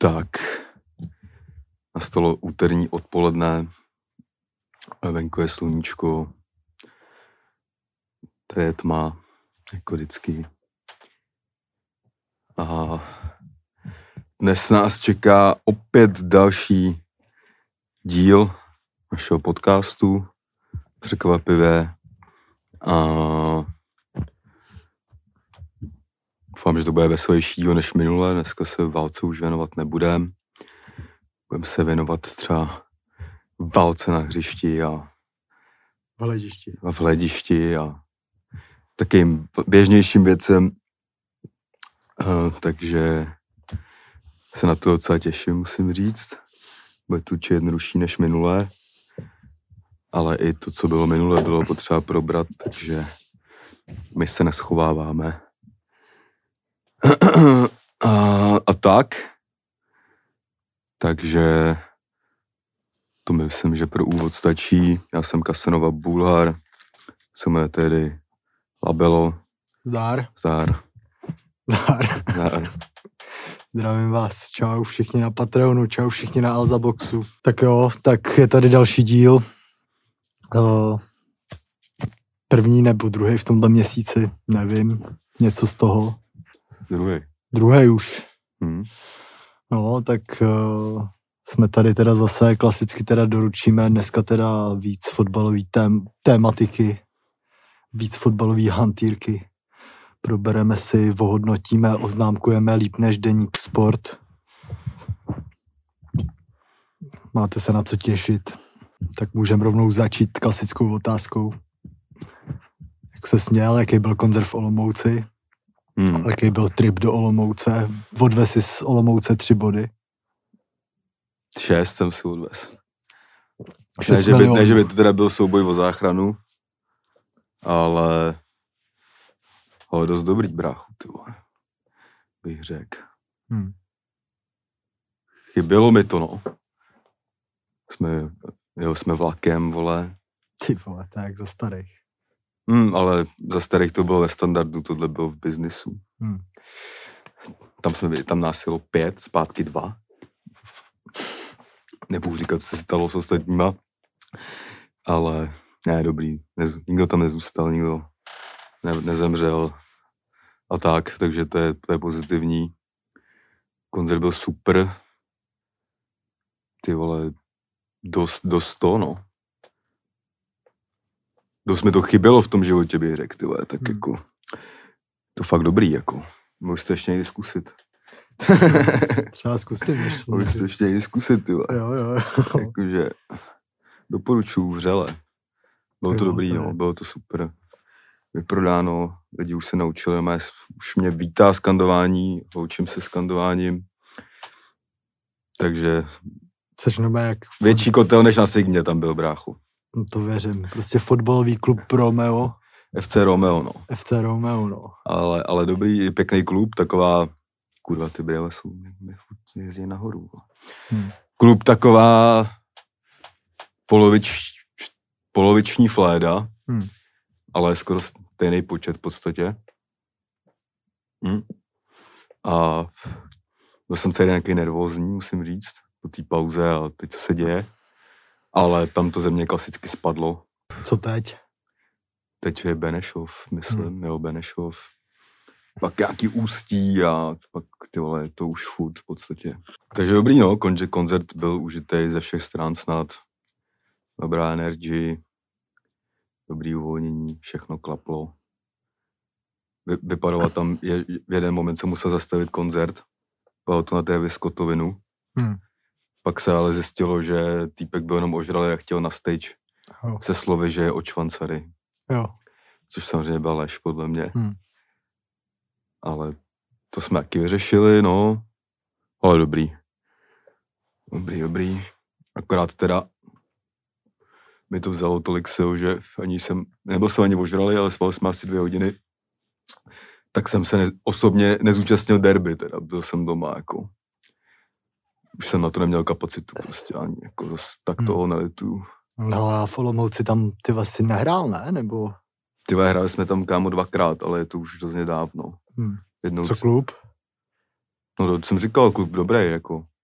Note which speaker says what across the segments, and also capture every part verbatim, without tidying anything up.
Speaker 1: Tak, nastalo úterní odpoledne, venku je sluníčko, tady je tma, jako vždycky. A dnes nás čeká opět další díl našeho podcastu, překvapivě. A doufám, že to bude veselějšího než minule. Dneska se válce už věnovat nebudeme. Budeme se věnovat třeba válce na hřišti a
Speaker 2: v hledišti.
Speaker 1: v hledišti a takým běžnějším věcem. Uh, takže se na to docela těším, musím říct. Bude to určitě jednodušší než minulé, ale i to, co bylo minule, bylo potřeba probrat, takže my se neschováváme. a, a tak. Takže to myslím, že pro úvod stačí. Já jsem Kasanova Bulhar, se jmenuje tedy Labelo.
Speaker 2: Zdár.
Speaker 1: Zdár.
Speaker 2: Zdár.
Speaker 1: Zdár.
Speaker 2: Zdravím vás. Čau všichni na Patreonu, čau všichni na Alza Boxu. Tak jo, tak je tady další díl. Uh, první nebo druhý v tomto měsíci, nevím. Něco z toho.
Speaker 1: Druhý.
Speaker 2: Druhý už.
Speaker 1: Hmm.
Speaker 2: No, tak uh, jsme tady teda zase klasicky teda doručíme dneska teda víc fotbalový tém, tématiky, víc fotbalový hantýrky. Probereme si, ohodnotíme, oznámkujeme líp než Deník Sport. Máte se na co těšit. Tak můžeme rovnou začít klasickou otázkou. Jak se směl, jaký byl koncert v Olomouci? Hmm. Jaký byl trip do Olomouce? Odvez si z Olomouce tři body?
Speaker 1: Šest jsem si odvez. Ne že, by, ne, že by to teda byl souboj o záchranu, ale, ale dost dobrý, bráchu, ty vole, bych řekl. Hmm. Chybělo mi to, no. Jsme, jo, jsme vlakem, vole.
Speaker 2: Ty vole, tak za starých.
Speaker 1: Hmm, ale za starých to bylo ve standardu, tohle bylo v biznisu. Hmm. Tam jsme byli, tam nás jelo pět, zpátky dva. Nebudu říkat, co se stalo s ostatníma, ale ne, dobrý, Nez, nikdo tam nezůstal, nikdo ne, nezemřel a tak, takže to je, to je pozitivní. Koncert byl super, ty vole, dost, dost to, no. Dost mi to chybělo v tom životě, bych řekl, ty vole, tak hmm. jako, to fakt dobrý, jako, můžete ještě někdy zkusit.
Speaker 2: Třeba zkusím ještě.
Speaker 1: Můžete ještě někdy zkusit, ty vole.
Speaker 2: Jo, jo.
Speaker 1: Jakože doporučuju vřele. Bylo to jo, dobrý, to no, bylo to super. Vyprodáno, lidi už se naučili, má, už mě vítá skandování, učím se skandováním. Takže
Speaker 2: Což jak
Speaker 1: větší kotel než na Signě tam byl, bráchu.
Speaker 2: No to věřím, prostě fotbalový klub Romeo.
Speaker 1: F C Romeo, no.
Speaker 2: F C Romeo, no.
Speaker 1: Ale, ale dobrý, pěkný klub, taková, kurva, ty brýle jsou, jezdí nahoru. Hmm. Klub taková polovič, poloviční fléda, hmm. ale skoro stejný počet v podstatě. Hmm. A byl jsem celý nějaký nervózní, musím říct, po té pauze a teď co se děje. Ale tam to ze mě klasicky spadlo.
Speaker 2: Co teď?
Speaker 1: Teď je Benešov, myslím, hmm. jo, Benešov. Pak nějaký Ústí a pak, ty vole, to už furt v podstatě. Takže dobrý, no, koncert byl užitej ze všech stran snad. Dobrá energy, dobrý uvolnění, všechno klaplo. Vy, vypadalo tam, je, v jeden moment se musel zastavit koncert, bylo to na té Scottovinu. Hmm. Pak se ale zjistilo, že týpek byl jenom ožralý a chtěl na stage oh. se slovy, že je od švancary.
Speaker 2: Jo.
Speaker 1: Což samozřejmě byla lež, podle mě.
Speaker 2: Hmm.
Speaker 1: Ale to jsme taky vyřešili, no. Ale dobrý. Dobrý, dobrý. Akorát teda mi to vzalo tolik sil, že ani jsem, nebyl jsem ani ožralý, ale spal jsme asi dvě hodiny. Tak jsem se ne, osobně nezúčastnil derby, teda byl jsem doma, jako. Už jsem na to neměl kapacitu, prostě ani jako zase tak toho hmm. nelituju.
Speaker 2: No a v Olomouci tam ty vlastně nehrál, ne? Nebo?
Speaker 1: Ty hráli jsme tam, kámo, dvakrát, ale je to už hrozně dávno.
Speaker 2: Hmm.
Speaker 1: Jednou
Speaker 2: Co
Speaker 1: c...
Speaker 2: klub?
Speaker 1: No to jsem říkal, klub dobrý, jako.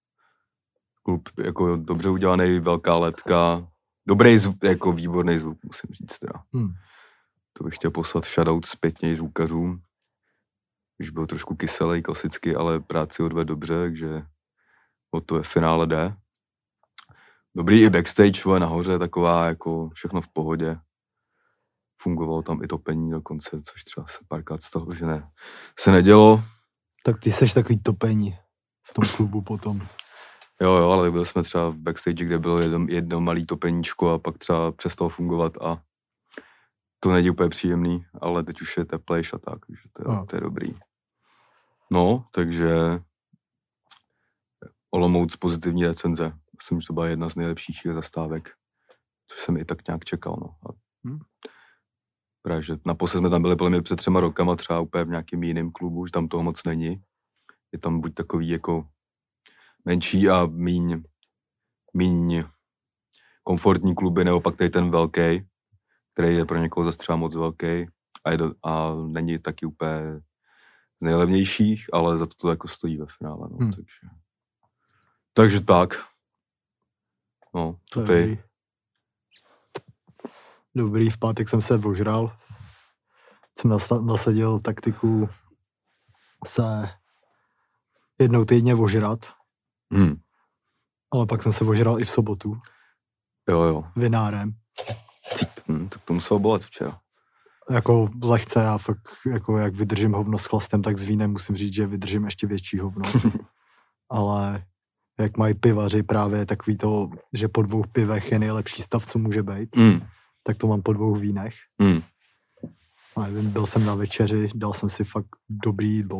Speaker 1: Klub jako dobře udělaný, velká letka, dobrý zvuk, jako výborný zvuk, musím říct teda.
Speaker 2: Hmm.
Speaker 1: To bych chtěl poslat shoutout zpětně zvukařům. Když byl trošku kyselý, klasicky, ale práci odvedl dobře, takže o to je finále jde. Dobrý i backstage, vole, nahoře, taková jako všechno v pohodě. Fungovalo tam i topení dokonce, což třeba se párkrát stalo, že ne, se nedělo.
Speaker 2: Tak ty seš takový topení v tom klubu potom.
Speaker 1: Jo, jo, ale byli jsme třeba v backstage, kde bylo jedno, jedno malý topeníčko a pak třeba přestalo fungovat a to není úplně příjemný, ale teď už je teplejš a tak, takže to, no. to je dobrý. No, takže Olomouc pozitivní recenze. Myslím, že to byla jedna z nejlepších zastávek, což jsem i tak nějak čekal, no. A hmm. právě, že naposled jsme tam byli podle mě před třema rokama třeba úplně v nějakým jiným klubu, že tam toho moc není. Je tam buď takový jako menší a míň, míň komfortní kluby, nebo pak tady ten velký, který je pro někoho zase třeba moc velký a, je do, a není taky úplně z nejlevnějších, ale za to to jako stojí ve finále, no, hmm. takže. Takže tak. No, to ty.
Speaker 2: Dobrý, v pátek jsem se ožral. Jsem nasadil taktiku se jednou týdně ožrat.
Speaker 1: Hmm.
Speaker 2: Ale pak jsem se ožral i v sobotu.
Speaker 1: Jo, jo.
Speaker 2: Vinárem.
Speaker 1: Hmm, tak to muselo bolet včera.
Speaker 2: Jako lehce, já fakt, jako jak vydržím hovno s chlastem, tak s vínem musím říct, že vydržím ještě větší hovno. Ale jak mají pivaři právě takový to, že po dvou pivech je nejlepší stav, co může být, mm. tak to mám po dvou vínech. Mm. A nevím, byl jsem na večeři, dal jsem si fakt dobrý jídlo.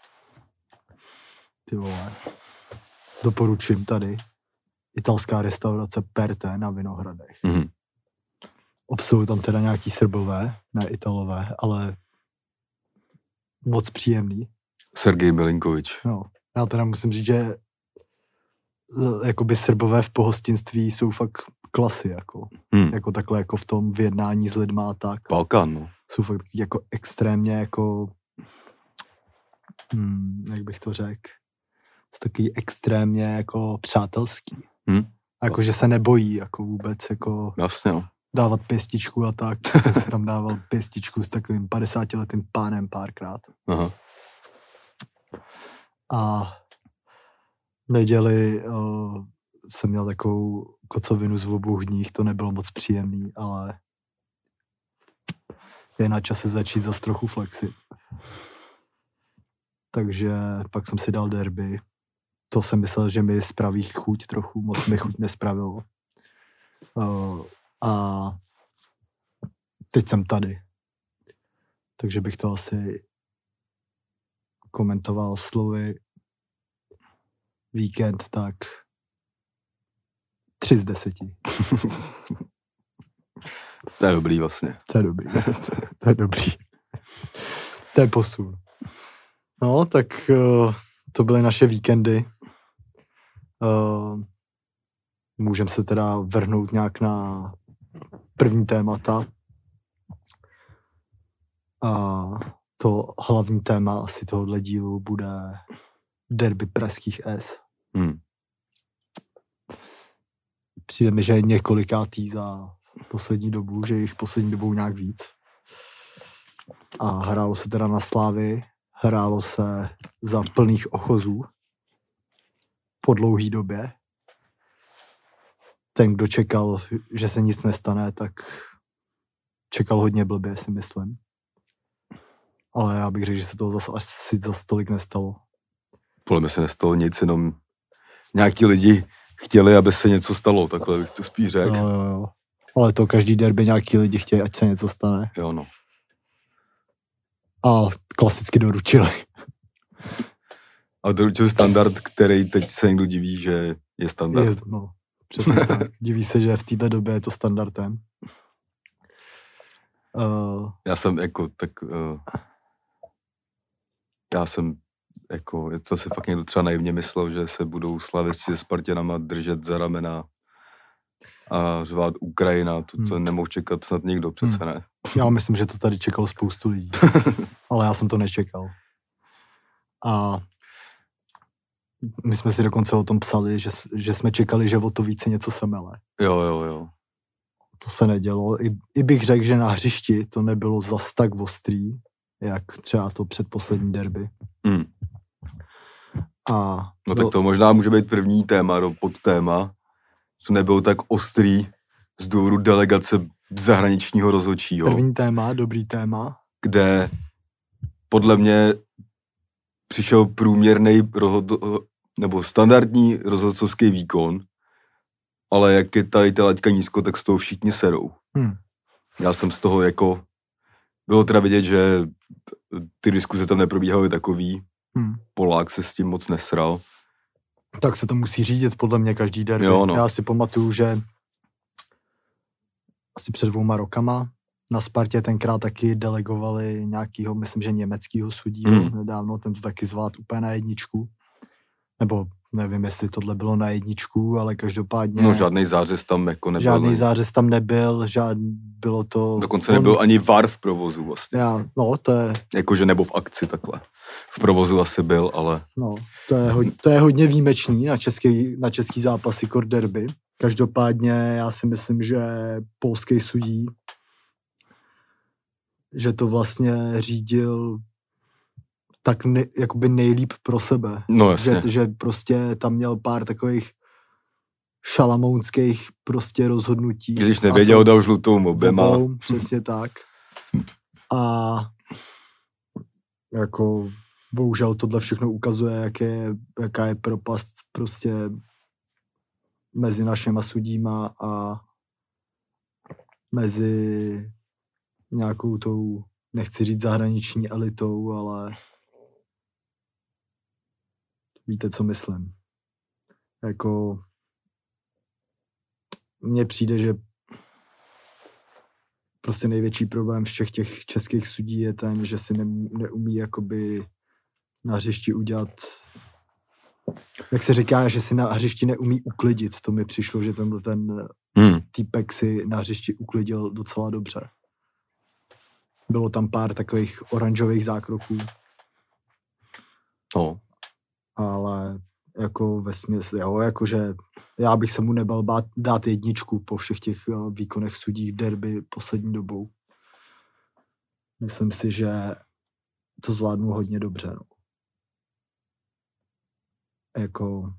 Speaker 2: Ty vole. Doporučím tady. Italská restaurace Perte na Vinohradech. Mm. Obsluhují tam teda nějaký Srbové, ne Italové, ale moc příjemný.
Speaker 1: Sergej Milinkovič.
Speaker 2: No, já teda musím říct, že jakoby Srbové v pohostinství jsou fakt klasy, jako, hmm. jako takhle jako v tom vyjednání s lidma a tak.
Speaker 1: Balkán, no.
Speaker 2: Jsou fakt jako extrémně jako, hmm, jak bych to řekl, jsou takový extrémně jako přátelský. Hmm. Jako, že se nebojí jako vůbec jako
Speaker 1: Jasně, no.
Speaker 2: dávat pěstičku a tak. Tak jsem si tam dával pěstičku s takovým padesátiletým pánem párkrát. Aha. A v neděli uh, jsem měl takovou kocovinu z obou hních, to nebylo moc příjemný, ale je na čase začít zase trochu flexit. Takže pak jsem si dal derby. To jsem myslel, že mi spraví chuť trochu, moc mi chuť nespravilo. Uh, a teď jsem tady. Takže bych to asi komentoval slovy víkend, tak tři z deseti.
Speaker 1: To je dobrý vlastně.
Speaker 2: To je dobrý. To je dobrý. To je posun. No, tak uh, to byly naše víkendy. Uh, můžeme se teda vrhnout nějak na první témata. A to hlavní téma asi tohohle dílu bude derby pražských S. Hmm. Přijde mi, že je několikátý za poslední dobu, že jich poslední dobou nějak víc. A hrálo se teda na Slávy, hrálo se za plných ochozů po dlouhý době. Ten, kdo čekal, že se nic nestane, tak čekal hodně blbě, si myslím. Ale já bych řekl, že se toho zase asi zase tolik nestalo.
Speaker 1: Podle mě se nestalo nic, jenom nějaký lidi chtěli, aby se něco stalo, takhle bych to spíš řekl.
Speaker 2: Jo, jo, jo. Ale to každý derby nějaký lidi chtějí, ať se něco stane.
Speaker 1: Jo, no.
Speaker 2: A klasicky doručili.
Speaker 1: A doručil standard, který teď se někdo diví, že je standard.
Speaker 2: Je, no, přesně tak. Diví se, že v této době je to standardem.
Speaker 1: Uh, já jsem jako tak... Uh, já jsem jako, to si fakt někdo třeba naivně myslel, že se budou slavisti se Spartanama držet za ramena a řvát Ukrajina, to, co hmm. nemohl čekat snad nikdo, přece hmm. ne.
Speaker 2: Já myslím, že to tady čekalo spoustu lidí, ale já jsem to nečekal. A My jsme si dokonce o tom psali, že, že jsme čekali, že o to více něco semele.
Speaker 1: Jo, jo, jo.
Speaker 2: To se nedělo. I, i bych řekl, že na hřišti to nebylo zas tak ostrý, jak třeba to předposlední derby.
Speaker 1: Hmm.
Speaker 2: A
Speaker 1: no to... tak to možná může být první téma, do podtéma. To nebylo tak ostrý z důvodu delegace zahraničního rozhodčího.
Speaker 2: První téma, dobrý téma.
Speaker 1: Kde podle mě přišel průměrný rozhod, nebo standardní rozhodcovský výkon, ale jak je tady ta laťka nízko, tak z toho všichni serou.
Speaker 2: Hmm.
Speaker 1: Já jsem z toho jako, bylo teda vidět, že ty diskuze tam neprobíhaly takový, hmm. Polák se s tím moc nesral.
Speaker 2: Tak se to musí řídit podle mě každý derby.
Speaker 1: Jo, no.
Speaker 2: Já si pamatuju, že asi před dvouma rokama na Spartě tenkrát taky delegovali nějakýho, myslím, že německýho sudího hmm. nedávno, ten to taky zvlád úplně na jedničku. Nebo nevím, jestli tohle bylo na jedničku, ale každopádně...
Speaker 1: No žádný zářez tam jako nebyl.
Speaker 2: Žádný zářez tam nebyl, žád, bylo to...
Speaker 1: Dokonce nebyl ani V A R v provozu vlastně.
Speaker 2: Já, no to je...
Speaker 1: Jakože nebo v akci takhle. V provozu asi byl, ale...
Speaker 2: No, to je, ho, to je hodně výjimečný na český, na český zápasy kor derby. Každopádně já si myslím, že polský sudí, že to vlastně řídil tak ne, jakoby nejlíp pro sebe.
Speaker 1: No jasně.
Speaker 2: Že, že prostě tam měl pár takových šalamounských prostě rozhodnutí.
Speaker 1: Když nevěděl, dal žlutou oběma.
Speaker 2: Přesně tak. A jako bohužel tohle všechno ukazuje, jak je, jaká je propast prostě mezi našima sudíma a mezi nějakou tou, nechci říct zahraniční elitou, ale víte, co myslím. Jako mně přijde, že prostě největší problém všech těch českých sudí je ten, že si ne, neumí jakoby na hřišti udělat, jak se říká, že si na hřišti neumí uklidit. To mi přišlo, že tenhle ten hmm. týpek si na hřišti uklidil docela dobře. Bylo tam pár takových oranžových zákroků.
Speaker 1: No.
Speaker 2: Ale jako ve smyslu, jo, jakože já bych se mu nebal bát, dát jedničku po všech těch výkonech sudí v derby poslední dobou. Myslím si, že to zvládnu hodně dobře. No. Jako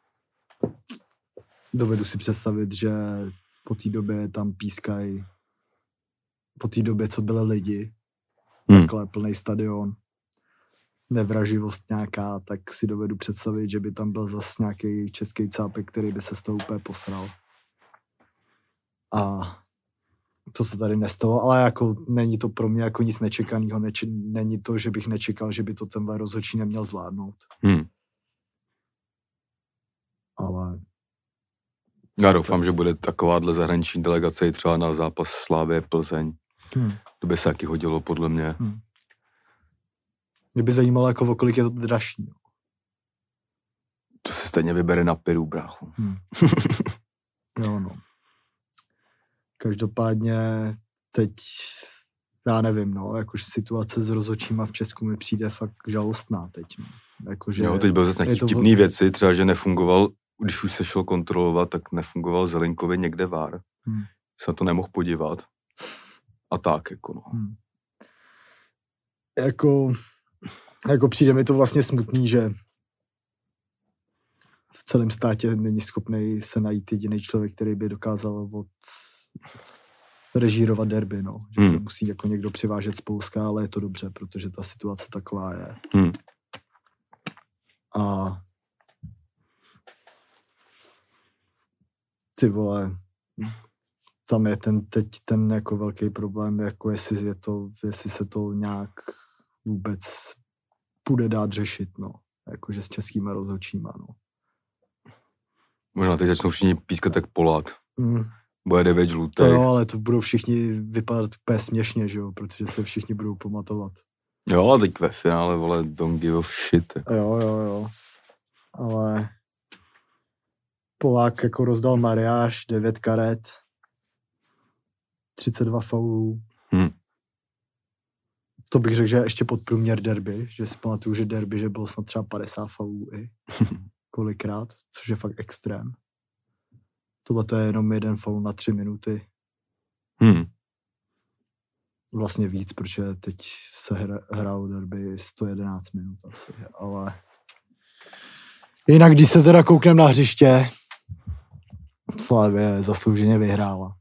Speaker 2: dovedu si představit, že po té době tam pískají, po té době, co byly lidi, hmm. takhle plný stadion, nevraživost nějaká, tak si dovedu představit, že by tam byl zas nějaký český cápek, který by se z toho úplně posral. A to se tady nestalo, ale jako není to pro mě jako nic nečekaného, neč, není to, že bych nečekal, že by to tenhle rozhodčí neměl zvládnout.
Speaker 1: Hmm.
Speaker 2: Ale...
Speaker 1: Já doufám, že bude takováhle zahraniční delegace i třeba na zápas Slávie Plzeň. Hmm. To by se taky hodilo, podle mě.
Speaker 2: Hmm. Mě by zajímalo, jako o kolik je to dražší.
Speaker 1: To se stejně vybere na Piru, bráchu.
Speaker 2: Hmm. Jo, no. Každopádně teď, já nevím, no, jakož situace s rozhodčíma v Česku mi přijde fakt žalostná teď. Jakože
Speaker 1: jo, teď byl zase nějaký vtipný to... věci, třeba, že nefungoval, když už se šel kontrolovat, tak nefungoval Zelinkovi někde V A R. Hmm. Se na to nemohl podívat. A tak, jako no.
Speaker 2: Hmm. Jako... Jako přijde mi to vlastně smutný, že v celém státě není schopný se najít jediný člověk, který by dokázal od režírovat derby, no. Že hmm. se musí jako někdo přivážet z Polska, ale je to dobře, protože ta situace taková je.
Speaker 1: Hmm.
Speaker 2: A ty vole, tam je ten teď ten jako velký problém, jako jestli je to, jestli se to nějak vůbec bude dát řešit, no. Jakože s českýma rozhodčíma, no.
Speaker 1: Možná teď začnou všichni pískat tak Polák.
Speaker 2: Mm.
Speaker 1: Bude devět žlutých.
Speaker 2: To jo, ale to budou všichni vypadat úplně směšně, že jo, protože se všichni budou pamatovat.
Speaker 1: Jo, a teď ve finále, vole, don't give a shit. Jako.
Speaker 2: Jo, jo, jo. Ale Polák jako rozdal mariáž, devět karet, třicet dva faulů.
Speaker 1: Hmm.
Speaker 2: to bych řekl, že je ještě podprůměr derby, že si pamatuju, že derby, že bylo snad třeba padesát faulů i kolikrát, což je fakt extrém. Tohle to je jenom jeden faul na tři minuty.
Speaker 1: Hmm.
Speaker 2: Vlastně víc, protože teď se hra, hrál derby sto jedenáct minut asi, ale jinak, když se teda kouknem na hřiště, Slavie zaslouženě vyhrála.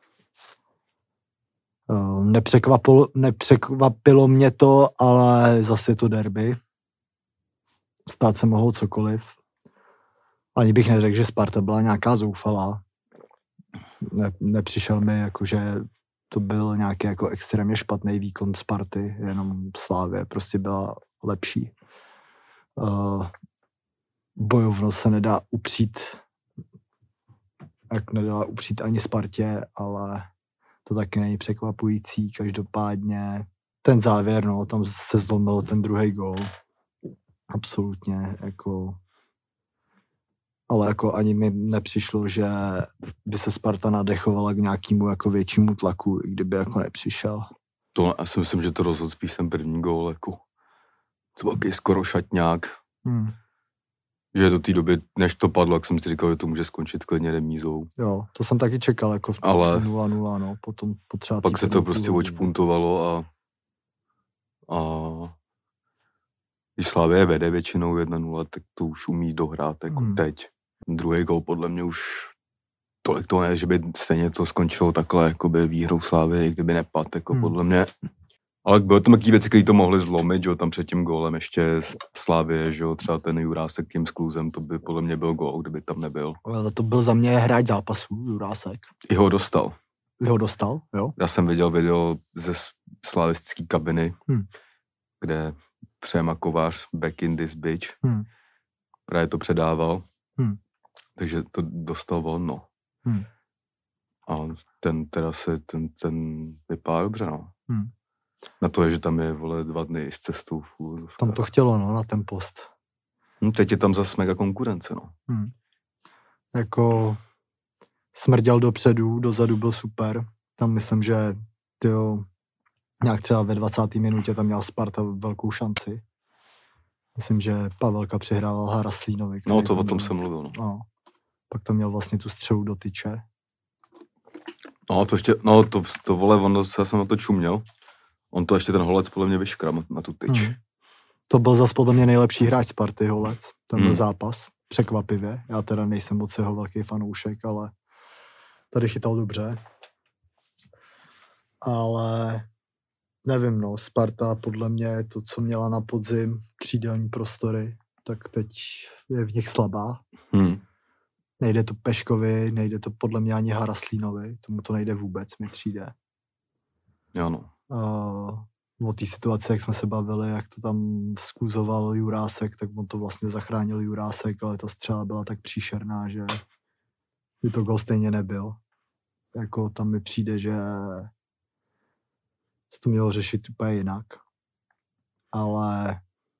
Speaker 2: Nepřekvapilo, nepřekvapilo mě to, ale zase to derby. Stát se mohlo cokoliv. Ani bych neřekl, že Sparta byla nějaká zoufalá. Ne, nepřišel mi, jako, že to byl nějaký jako extrémně špatný výkon Sparty, jenom Slavie prostě byla lepší. Uh, bojovnost se nedá upřít, jak nedá upřít ani Spartě, ale to taky není překvapující. Každopádně ten závěr, no, tam se zlomil ten druhý gól. Absolutně, jako ale jako ani mi nepřišlo, že by se Sparta nadechovala k nějakému jako většímu tlaku, i kdyby jako nepřišel.
Speaker 1: To já si myslím, že to rozhodl spíš ten první gól, jako co byl skoro šatňák. Hmm. Že do té doby, než to padlo, jak jsem si říkal, že to může skončit klidně remízou.
Speaker 2: Jo, to jsem taky čekal, jako v
Speaker 1: ale
Speaker 2: nula nula, no, potom potřeba...
Speaker 1: Pak se to prostě očpuntovalo a a když Slavie vede většinou jedna nula, tak to už umí dohrát, jako hmm. teď. Druhý gól podle mě už tolik to ne, že by stejně to skončilo takhle, jako by výhrou Slavie, i kdyby nepad, jako hmm. podle mě. Ale byly tam takové věci, které to mohly zlomit, že jo, tam před tím gólem ještě Slavie, že jo, třeba ten Jurásek tím skluzem, to by podle mě byl gól, kdyby tam nebyl.
Speaker 2: Ale to byl za mě hráč zápasu, Jurásek.
Speaker 1: I ho dostal.
Speaker 2: I ho dostal, jo?
Speaker 1: Já jsem viděl video ze slavistické kabiny, hmm. kde Přema Kovář, back in this bitch, hmm. právě to předával, hmm. takže to dostal on, no. Hmm. A ten teda se, ten, ten vypadá dobře, no. Hmm. Na to je, že tam je, vole, dva dny s cestou.
Speaker 2: Tam to chtělo, no, na ten post.
Speaker 1: Hmm, teď je tam zase mega konkurence, no.
Speaker 2: Hmm. Jako smrděl dopředu, dozadu byl super. Tam myslím, že tyjo, nějak třeba ve dvacáté minutě tam měla Sparta velkou šanci. Myslím, že Pavelka přihrával Haraslínovi.
Speaker 1: No, to o tom jsem mluvil, no.
Speaker 2: no. Pak tam měl vlastně tu střelu do tyče.
Speaker 1: No, to ještě, no, to, to vole, on, já jsem na to čuměl. On to ještě ten Holec podle mě vyškram na tu tyč. Hmm.
Speaker 2: To byl zase podle mě nejlepší hráč Sparty, Holec. Ten byl hmm. zápas. Překvapivě. Já teda nejsem moc jeho velký fanoušek, ale tady chytal dobře. Ale nevím, no, Sparta podle mě to, co měla na podzim, křídelní prostory, tak teď je v nich slabá. Hmm. Nejde to Peškovi, nejde to podle mě ani Haraslínovi, tomu to nejde vůbec, mi přijde.
Speaker 1: Jo, no.
Speaker 2: Uh, o té situaci, jak jsme se bavili, jak to tam skluzoval Jurásek, tak on to vlastně zachránil Jurásek, ale ta střela byla tak příšerná, že by to gol stejně nebyl. Jako tam mi přijde, že se to mělo řešit úplně jinak. Ale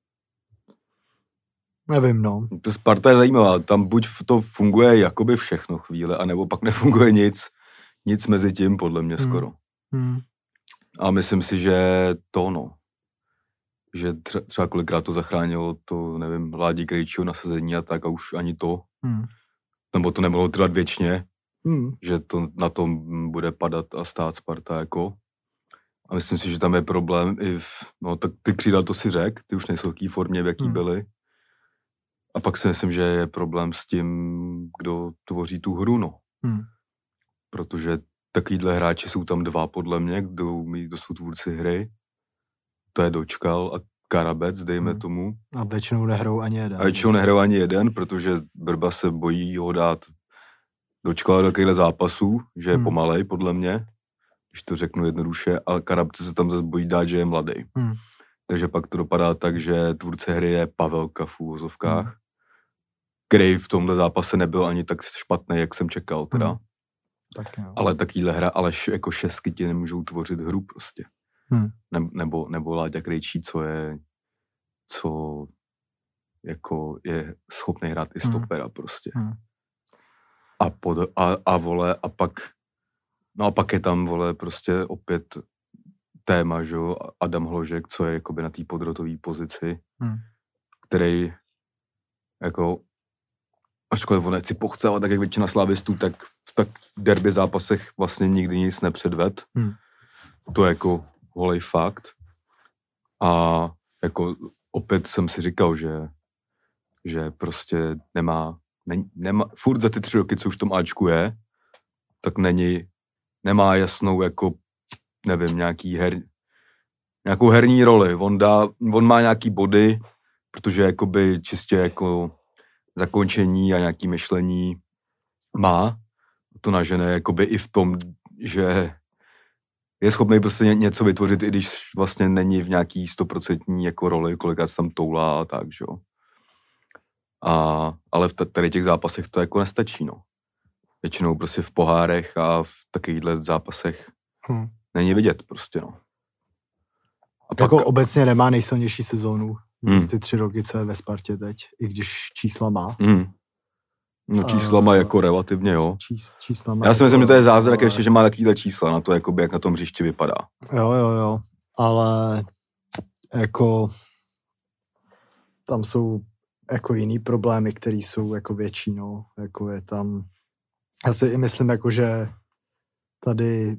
Speaker 2: nevím, no.
Speaker 1: To Sparta je zajímavá. Tam buď to funguje jakoby všechno chvíle, anebo pak nefunguje nic. Nic mezi tím, podle mě hmm. skoro. Hmm. A myslím si, že to, no. Že tře- třeba kolikrát to zachránilo to, nevím, Ládi Krejčího nasazení a tak a už ani to. Hmm. Nebo to nemohlo trvat věčně. Hmm. Že to na tom bude padat a stát Sparta jako. A myslím si, že tam je problém i v, no tak ty křídla to si řek, ty už nejsou v té formě, v jaký hmm. byly. A pak si myslím, že je problém s tím, kdo tvoří tu hru, no. Hmm. Protože takovýhle hráči jsou tam dva, podle mě, kdo umí, kdo jsou tvůrci hry. To je Dočkal a Karabec, dejme hmm. tomu.
Speaker 2: A většinou nehrou ani jeden.
Speaker 1: A většinou nehrou ani jeden, protože Brba se bojí ho dát Dočkala do takovýchhle zápasů, že je hmm. pomalej, podle mě, když to řeknu jednoduše, a Karabce se tam zase bojí dát, že je mladý. Hmm. Takže pak to dopadá tak, že tvůrce hry je Pavelka v úvozovkách, hmm. který v tomhle zápase nebyl ani tak špatný, jak jsem čekal teda. Hmm.
Speaker 2: Tak
Speaker 1: ale takovýhle hra, ale š, jako šestky ti nemůžou tvořit hru prostě. Hmm. Ne, nebo, nebo Láďa Krejčí, co je, co jako je schopný hrát i stopera hmm. prostě. Hmm. A, pod, a, a vole, a pak, no a pak je tam, vole, prostě opět téma, že jo, Adam Hložek, co je jakoby na té podrotové pozici,
Speaker 2: hmm.
Speaker 1: který jako ačkoliv on nechci pochce, ale tak jak většina slávistů, tak v tak derby zápasech vlastně nikdy nic nepředved.
Speaker 2: Hmm.
Speaker 1: To je jako holej fakt. A jako opět jsem si říkal, že, že prostě nemá, ne, nemá, furt za ty tři roky, co už v tom Ačku je, tak není, nemá jasnou jako, nevím, nějaký her, nějakou herní roli. On, dá, on má nějaký body, protože jakoby čistě jako zakončení a nějaký myšlení má. To nažene jakoby i v tom, že je schopný prostě něco vytvořit, i když vlastně není v nějaký stoprocentní jako roli, kolikrát se tam toulá a tak, že jo. A, ale v tady těch zápasech to jako nestačí, no. Většinou prostě v pohárech a v takovýchhle zápasech hmm. není vidět prostě, no.
Speaker 2: A jako pak obecně nemá nejsilnější sezónu hmm. ty tři roky, co je ve Spartě teď, i když čísla má.
Speaker 1: Hmm. No čísla má jako relativně, jo.
Speaker 2: Čís, čísla má
Speaker 1: Já si myslím,
Speaker 2: jako,
Speaker 1: že to je zázrak
Speaker 2: ale...
Speaker 1: ještě, že má takovýhle čísla na to, jakoby, jak na tom hřišti vypadá.
Speaker 2: Jo, jo, jo. Ale jako tam jsou jako jiný problémy, které jsou jako větší, no. Jako je tam, já si i myslím, jako že tady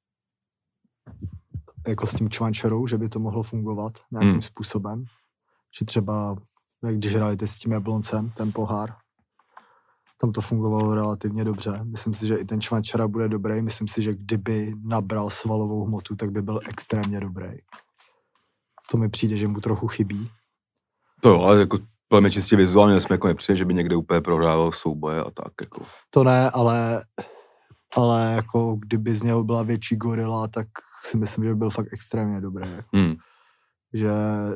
Speaker 2: jako s tím Čvančarou, že by to mohlo fungovat nějakým hmm. způsobem. Že třeba, jak když hrajete s tím Jabloncem, ten pohár, tam to fungovalo relativně dobře. Myslím si, že i ten Čvančara bude dobrý. Myslím si, že kdyby nabral svalovou hmotu, tak by byl extrémně dobrý. To mi přijde, že mu trochu chybí.
Speaker 1: To jo, ale jako velmi čistě vizuálně jsme jako nepřijde, že by někde úplně prohrával souboje a tak jako.
Speaker 2: To ne, ale, ale jako kdyby z něho byla větší gorila, tak si myslím, že by byl fakt extrémně dobrý. Jako.
Speaker 1: Hmm.
Speaker 2: Že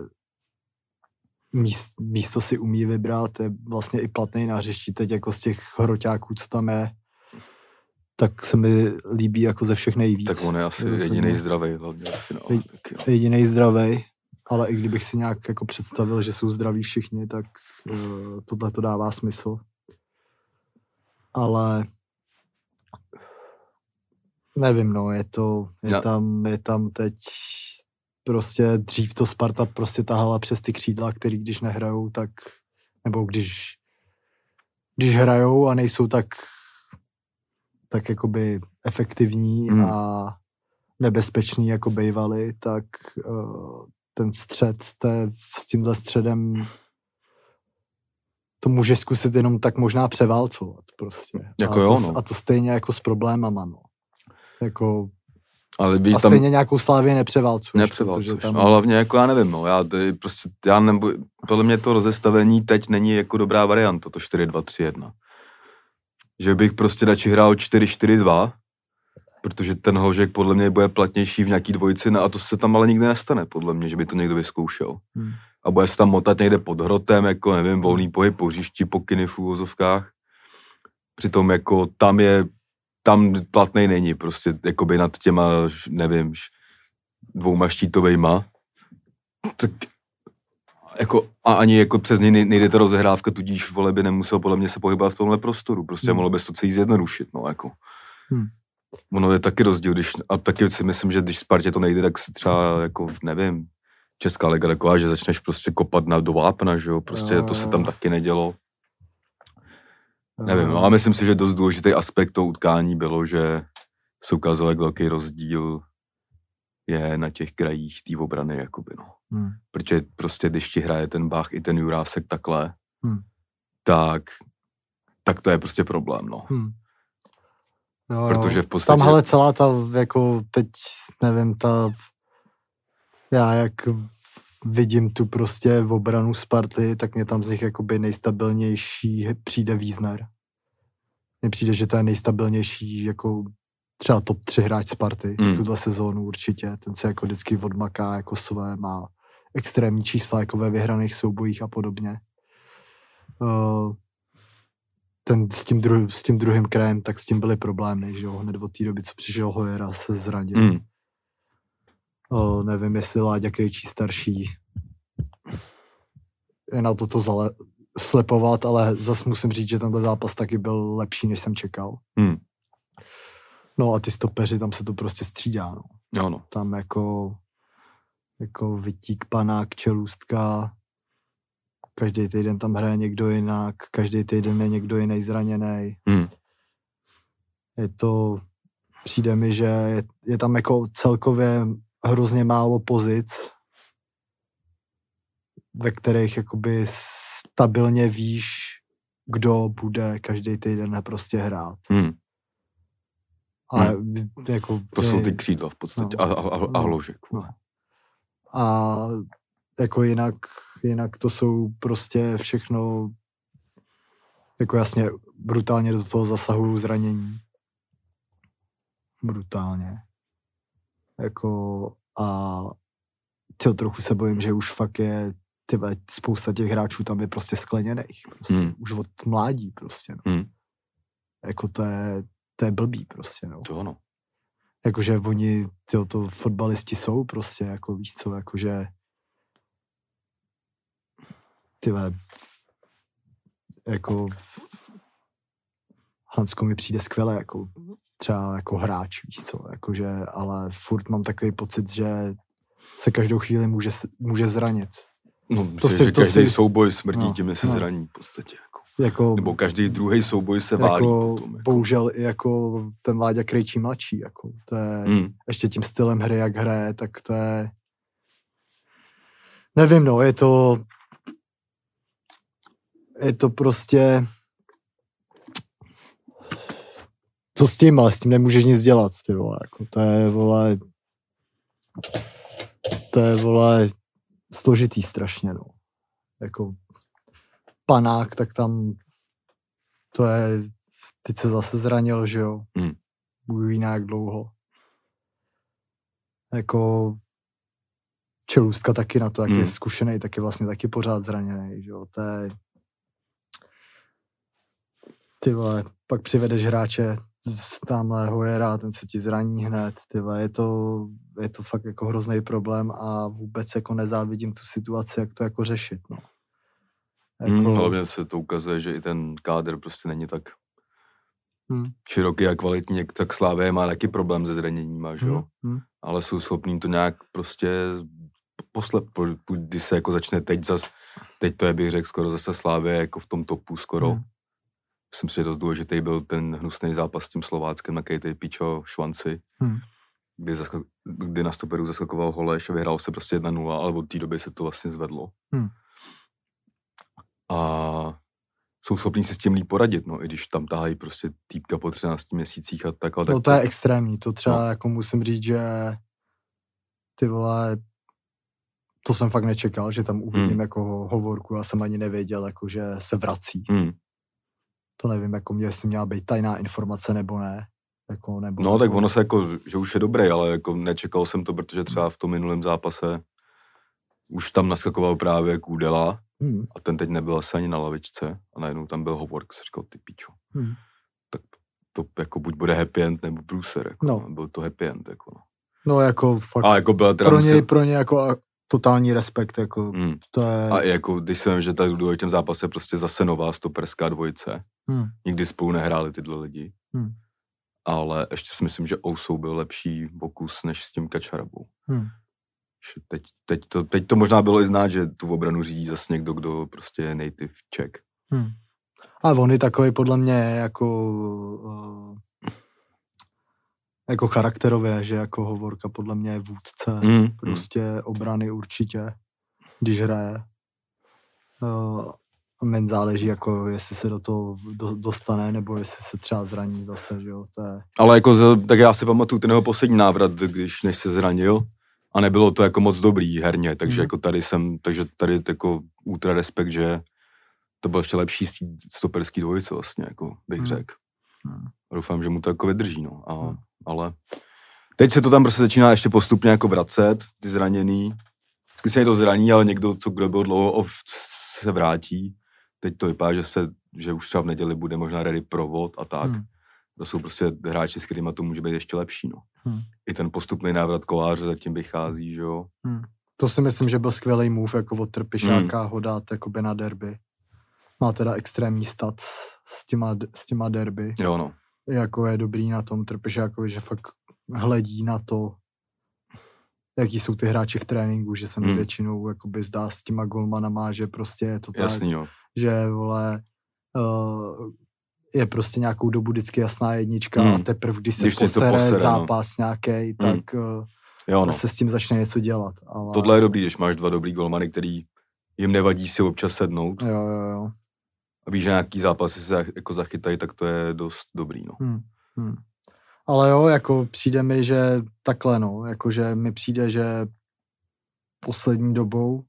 Speaker 2: míst, místo si umí vybrat, je vlastně i platný na hřišti teď jako z těch hroťáků, co tam je, tak se mi líbí jako ze všech nejvíc.
Speaker 1: Tak on je asi jedinej zdravej hlavně.
Speaker 2: No, jedinej zdravej, ale i kdybych si nějak jako představil, že jsou zdraví všichni, tak uh, tohle to dává smysl. Ale nevím, no, je to, je no. tam, je tam teď prostě dřív to Sparta prostě tahala přes ty křídla, který když nehrajou, tak, nebo když, když hrajou a nejsou tak, tak jakoby efektivní hmm. a nebezpeční, jako bejvali, tak uh, ten střed té, s tímhle středem to může zkusit jenom tak možná převálcovat prostě.
Speaker 1: Jako
Speaker 2: a,
Speaker 1: jo,
Speaker 2: to,
Speaker 1: no.
Speaker 2: a to stejně jako s problémama, no. Jako
Speaker 1: ale víš,
Speaker 2: a stejně tam nějakou Slávii nepřeválcuješ.
Speaker 1: Nepřeválcuješ, tam... ale hlavně jako já nevím, no, já tady prostě, já nebo, podle mě to rozestavení teď není jako dobrá varianta, to čtyři dva tři jedna. Že bych prostě radši hrál čtyři čtyři dva, protože ten Hložek podle mě bude platnější v nějaký dvojici, a to se tam ale nikdy nestane, podle mě, že by to někdo vyzkoušel. Hmm. A bude se tam motat někde pod hrotem, jako nevím, volný pohyb po hřišti, pokyny v úvozovkách. Přitom jako tam je tam platnej není, prostě jakoby nad těma, nevím, dvouma štítovejma, tak jako a ani jako přes něj nejde ta rozehrávka, tudíž vole by nemusel podle mě se pohybovat v tomhle prostoru, prostě hmm. mohlo by to celý zjednodušit, no jako. Hmm. Ono je taky rozdíl, když, a taky si myslím, že když Spartě to nejde, tak si třeba jako, nevím, Česká liga taková, že začneš prostě kopat na, do vápna, že jo, prostě jo, to se tam taky nedělo. Nevím, no, a myslím si, že dost důležitý aspekt toho utkání bylo, že se ukázalo, jak velký rozdíl je na těch krajích té obrany, jakoby, no. Hmm. Protože prostě, když ti hraje ten Bach i ten Jurásek takhle, hmm. tak, tak to je prostě problém, no. Hmm.
Speaker 2: Jo,
Speaker 1: protože v podstatě...
Speaker 2: Tam, hele, celá ta, jako teď, nevím, ta, já jak vidím tu prostě v obranu Sparty, tak mě tam z nich jakoby nejstabilnější přijde Wiesner. Mně přijde, že to je nejstabilnější jako třeba top tři hráč Sparty mm. tuhle sezónu určitě. Ten se jako vždycky odmaká jako své, má extrémní čísla jako ve vyhraných soubojích a podobně. Uh, ten s tím, dru, s tím druhým krajem, tak s tím byly problémy, že jo, hned od té doby, co přišel Hojera, se zranil. Mm. O, nevím, jestli Láďa Krejčí starší je na toto zale, slepovat, ale zase musím říct, že tenhle zápas taky byl lepší, než jsem čekal. Hmm. No a ty stopeři, tam se to prostě střídá, no.
Speaker 1: Jo, no.
Speaker 2: Tam jako, jako Vytík, Panák, Čelůstka, každý týden tam hraje někdo jinak, každý týden je někdo jiný zraněný.
Speaker 1: Hmm.
Speaker 2: Je to, přijde mi, že je, je tam jako celkově hrozně málo pozic, ve kterých jakoby stabilně víš, kdo bude každý týden prostě hrát.
Speaker 1: Hmm.
Speaker 2: A hmm. jako...
Speaker 1: To je, jsou ty křídla v podstatě no, a, a, a, a hložek.
Speaker 2: No. A jako jinak, jinak to jsou prostě všechno jako jasně brutálně do toho zasahují zranění. Brutálně. Jako a tyjo, trochu se bojím, že už fakt je tyhle, spousta těch hráčů tam je prostě skleněných. Prostě hmm. už od mládí prostě. No. Hmm. Jako to je, to je blbý prostě. No.
Speaker 1: To ono.
Speaker 2: Jakože oni, tyjo, to fotbalisti jsou prostě, jako víš co, jakože tyhle, jako Hansko mi přijde skvěle, jako třeba jako hráč, víš co, jakože, ale furt mám takový pocit, že se každou chvíli může, může zranit.
Speaker 1: No, myslím, si, že každý si, souboj smrdí no, tím, se no. zraní v podstatě. Jako.
Speaker 2: Jako,
Speaker 1: Nebo každý druhý souboj se válí.
Speaker 2: Jako,
Speaker 1: potom, jako.
Speaker 2: Bohužel i jako ten Láďa Krejčí mladší. Jako, to je, hmm. ještě tím stylem hry, jak hraje, tak to je... Nevím, no, je to... Je to prostě... Co s tím, ale s tím nemůžeš nic dělat, ty vole. Jako, to je, vole... To je, vole... složitý strašně, no. Jako Panák, tak tam to je, teď se zase zranil, že jo. Hmm. Bůh ví jak dlouho. Jako Čelůstka taky na to, jak hmm. je zkušený, tak je vlastně taky pořád zraněný, že jo. To je ty vole, pak přivedeš hráče z tamhle Hojera, ten se ti zraní hned, ty vole, je to, je to fakt jako hrozný problém a vůbec jako nezávidím tu situaci, jak to jako řešit, no.
Speaker 1: Jako... Hmm, hlavně se to ukazuje, že i ten kádr prostě není tak hmm. široký a kvalitní, jak tak Slavia má taky problém se zraněníma, že jo. Hmm. Hmm. Ale jsou schopní to nějak prostě posle, když se jako začne teď zas, teď to je, bych řekl, skoro zase Slavia jako v tom topu skoro. Hmm. Myslím si, že dost důležitý byl ten hnusný zápas s tím Slováckem na Kejtej Pičo Švanci, hmm. kdy, zaskak, kdy na stoperu zaskakoval Holeš a vyhrál se prostě jedna nula, ale od té doby se to vlastně zvedlo. Hmm. A jsou schopní si s tím líp poradit, no, i když tam tahají prostě týpka po třinácti měsících a tak. Ale
Speaker 2: no
Speaker 1: tak
Speaker 2: to je extrémní, to třeba no. jako musím říct, že ty vole, to jsem fakt nečekal, že tam uvidím hmm. jako hovorku, já jsem ani nevěděl, jako že se vrací. Hmm. To nevím, jako mě, jestli měla být tajná informace nebo ne. Jako, nebo,
Speaker 1: no, tak ono se jako, že už je dobrý, ale jako nečekal jsem to, protože třeba v tom minulém zápase už tam naskakoval právě Kůdela hmm. a ten teď nebyl asi ani na lavičce a najednou tam byl Hovork, co říkal, ty pičo. Hmm. Tak to jako buď bude happy end nebo bruser, jako, no. Byl to happy end, jako.
Speaker 2: No, jako fakt,
Speaker 1: a jako byla
Speaker 2: pro něj, pro něj jako totální respekt, jako hmm. to je...
Speaker 1: A jako, když jsem, že tady v těm zápase prostě zase nová stoperská dvojice. Hmm. Nikdy spolu nehráli tyhle lidi. Hmm. Ale ještě si myslím, že Ousou byl lepší pokus než s tím Kačarabou. Hmm. Teď, teď, to, teď to možná bylo i znát, že tu obranu řídí zase někdo, kdo prostě je native Czech.
Speaker 2: Hmm. A on je takový podle mě jako uh, jako charakterově, že jako Hovorka podle mě je vůdce hmm. prostě obrany určitě, když hraje. Uh, Men záleží, jako jestli se do toho do, dostane, nebo jestli se třeba zraní zase, že jo, to je...
Speaker 1: Ale jako, tak já si pamatuju ten jeho poslední návrat, když než se zranil a nebylo to jako moc dobrý herně, takže mm. jako tady jsem, takže tady jako ultra respekt, že to byl ještě lepší stoperský dvojice vlastně, jako bych mm. řekl. Mm. Doufám, že mu to jako vydrží, no, a, mm. ale teď se to tam prostě začíná ještě postupně jako vracet, ty zraněný, vždycky se někdo zraní, ale někdo, co kdo byl dlouho off, se vrátí. Teď to vypadá, že, se, že už třeba v neděli bude možná ready provod a tak. Hmm. To jsou prostě hráči, s kterýma to může být ještě lepší, no. Hmm. I ten postupný návrat Koláře zatím vychází, že jo.
Speaker 2: Hmm. To si myslím, že byl skvělý move, jako od Trpišáka hmm. ho dát jakoby na derby. Má teda extrémní stat s těma, s těma derby.
Speaker 1: Jo, no.
Speaker 2: jako je dobrý na tom Trpešákovi, že fakt hledí na to, jaký jsou ty hráči v tréninku, že se mi
Speaker 1: Hmm.
Speaker 2: většinou jakoby zdá s těma golmanama, že prostě je to tak,
Speaker 1: Jasný, jo.
Speaker 2: že vole, uh, je prostě nějakou dobu vždycky jasná jednička
Speaker 1: Hmm.
Speaker 2: a teprve, když se
Speaker 1: Když si to
Speaker 2: posere,
Speaker 1: posere, no.
Speaker 2: zápas nějaký, tak uh,
Speaker 1: Jo, no.
Speaker 2: se s tím začne něco dělat. Ale...
Speaker 1: Tohle je dobrý, když máš dva dobrý golmany, který jim nevadí si občas sednout.
Speaker 2: Jo, jo, jo.
Speaker 1: A víš, že nějaký zápasy se jako zachytají, tak to je dost dobrý, no.
Speaker 2: Hmm. Hmm. Ale jo, jako přijde mi, že takhle, no, jakože mi přijde, že poslední dobou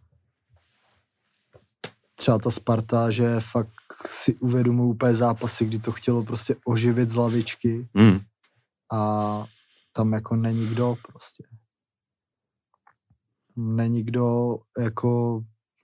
Speaker 2: třeba ta Sparta, že fakt si uvědomuji úplně zápasy, kdy to chtělo prostě oživit z lavičky
Speaker 1: Hmm.
Speaker 2: a tam jako není kdo prostě. Není kdo jako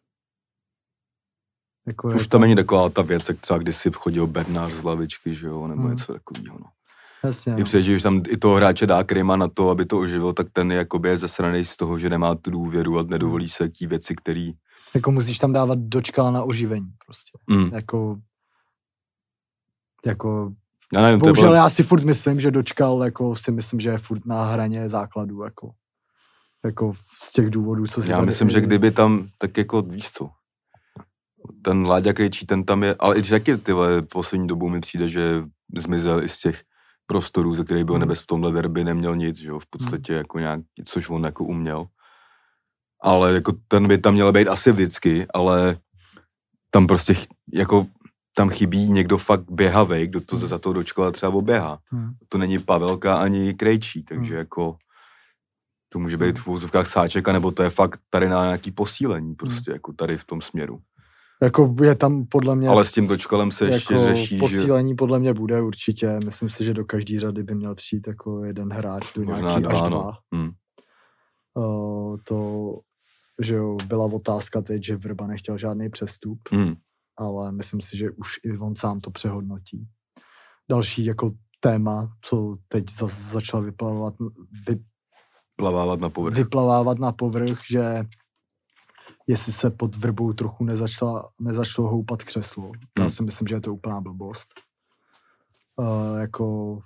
Speaker 2: Jako
Speaker 1: Už tam není taková ta věc, jak třeba kdysi chodil Bernard z lavičky, že jo, nebo hmm. něco takového, no.
Speaker 2: Jasně,
Speaker 1: I přijde, že tam i toho hráče dá Kryma na to, aby to oživil, tak ten je jakoby je zasranej z toho, že nemá tu důvěru a nedovolí se tí věci, který...
Speaker 2: Jako musíš tam dávat Dočkala na oživení prostě.
Speaker 1: Mm.
Speaker 2: Jako... Jako...
Speaker 1: Já nevím,
Speaker 2: bohužel
Speaker 1: bylo...
Speaker 2: já si furt myslím, že Dočkal, jako si myslím, že je furt na hraně základu, jako... Jako z těch důvodů, co si
Speaker 1: Já
Speaker 2: tady...
Speaker 1: myslím, že kdyby tam, tak jako víš co, ten Láďa Krejčí, ten tam je, ale i taky tyhle poslední dobou mi přijde, že zmizel i z těch prostorů, ze kterých byl
Speaker 2: hmm.
Speaker 1: Nebes v tomhle derby, neměl nic, že jo, v podstatě hmm. jako nějak, což on jako uměl. Ale jako ten by tam měl být asi vždycky, ale tam prostě jako tam chybí někdo fakt běhavej, kdo to hmm. za to Dočkala třeba oběhá. Hmm. To není Pavelka ani Krejčí, takže hmm. jako to může být v úzovkách Sáček, nebo to je fakt tady na nějaký posílení, prostě hmm. jako tady v tom směru.
Speaker 2: Jako je tam podle mě...
Speaker 1: Ale s tím Dočkalem se
Speaker 2: jako
Speaker 1: ještě řeší,
Speaker 2: posílení
Speaker 1: že...
Speaker 2: podle mě bude určitě. Myslím si, že do každý řady by měl přijít jako jeden hráč, do
Speaker 1: možná
Speaker 2: nějaký
Speaker 1: dva,
Speaker 2: až
Speaker 1: no.
Speaker 2: dva.
Speaker 1: Hmm.
Speaker 2: Uh, to, že jo, byla otázka teď, že Vrba nechtěl žádný přestup,
Speaker 1: Hmm.
Speaker 2: ale myslím si, že už i on sám to přehodnotí. Další jako téma, co teď za, začal vyplavávat, vy,
Speaker 1: Plavávat na povrch.
Speaker 2: vyplavávat na povrch, že jestli se pod Vrbou trochu nezačala, nezačalo houpat křeslo. Hmm. Já si myslím, že je to úplná blbost. Uh, jako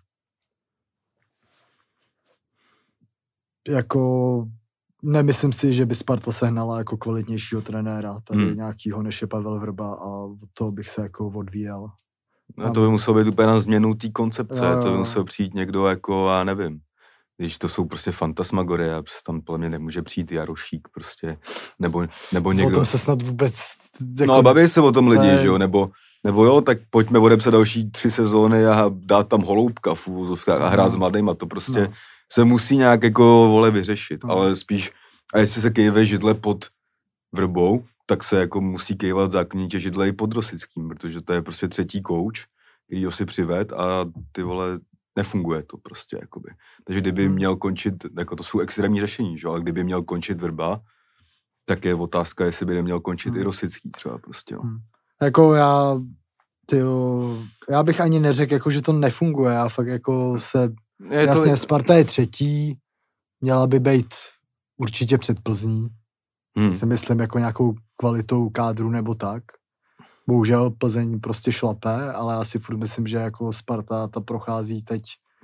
Speaker 2: jako nemyslím si, že by Sparta sehnala jako kvalitnějšího trenéra, tady hmm. nějakýho než je Pavel Vrba a od toho bych se jako odvíjel.
Speaker 1: No, to by muselo být úplně na změnu té koncepce,
Speaker 2: jo, jo.
Speaker 1: to by musel přijít někdo jako, já nevím, když to jsou prostě fantasmagorie, a tam podle mě nemůže přijít Jarošík prostě, nebo, nebo někdo...
Speaker 2: O tom se snad vůbec...
Speaker 1: Jako, no a baví se o tom lidi,
Speaker 2: je...
Speaker 1: že jo, nebo, nebo jo, tak pojďme odepsat další tři sezóny a dát tam Holoubka v úvozovkách a hrát no. s mladýma, to prostě no. se musí nějak jako vole vyřešit, no. ale spíš, a jestli se kejve židle pod Vrbou, tak se jako musí kejvat zákonitě židle i pod Rosickým, protože to je prostě třetí kouč, který ho si přived a ty vole, nefunguje to prostě, jakoby. Takže kdyby měl končit, jako to jsou extrémní řešení, že? Ale kdyby měl končit Vrba, tak je otázka, jestli by neměl končit hmm. i Rosický třeba prostě, no.
Speaker 2: Hmm. Jako já, tyjo, já bych ani neřekl, jako, že to nefunguje, já fakt jako se, je jasně, to... Sparta je třetí, měla by být určitě před Plzní, hmm. si myslím, jako nějakou kvalitou kádru nebo tak. Bohužel Plzeň prostě šlape, ale já si furt myslím, že jako Sparta ta prochází teď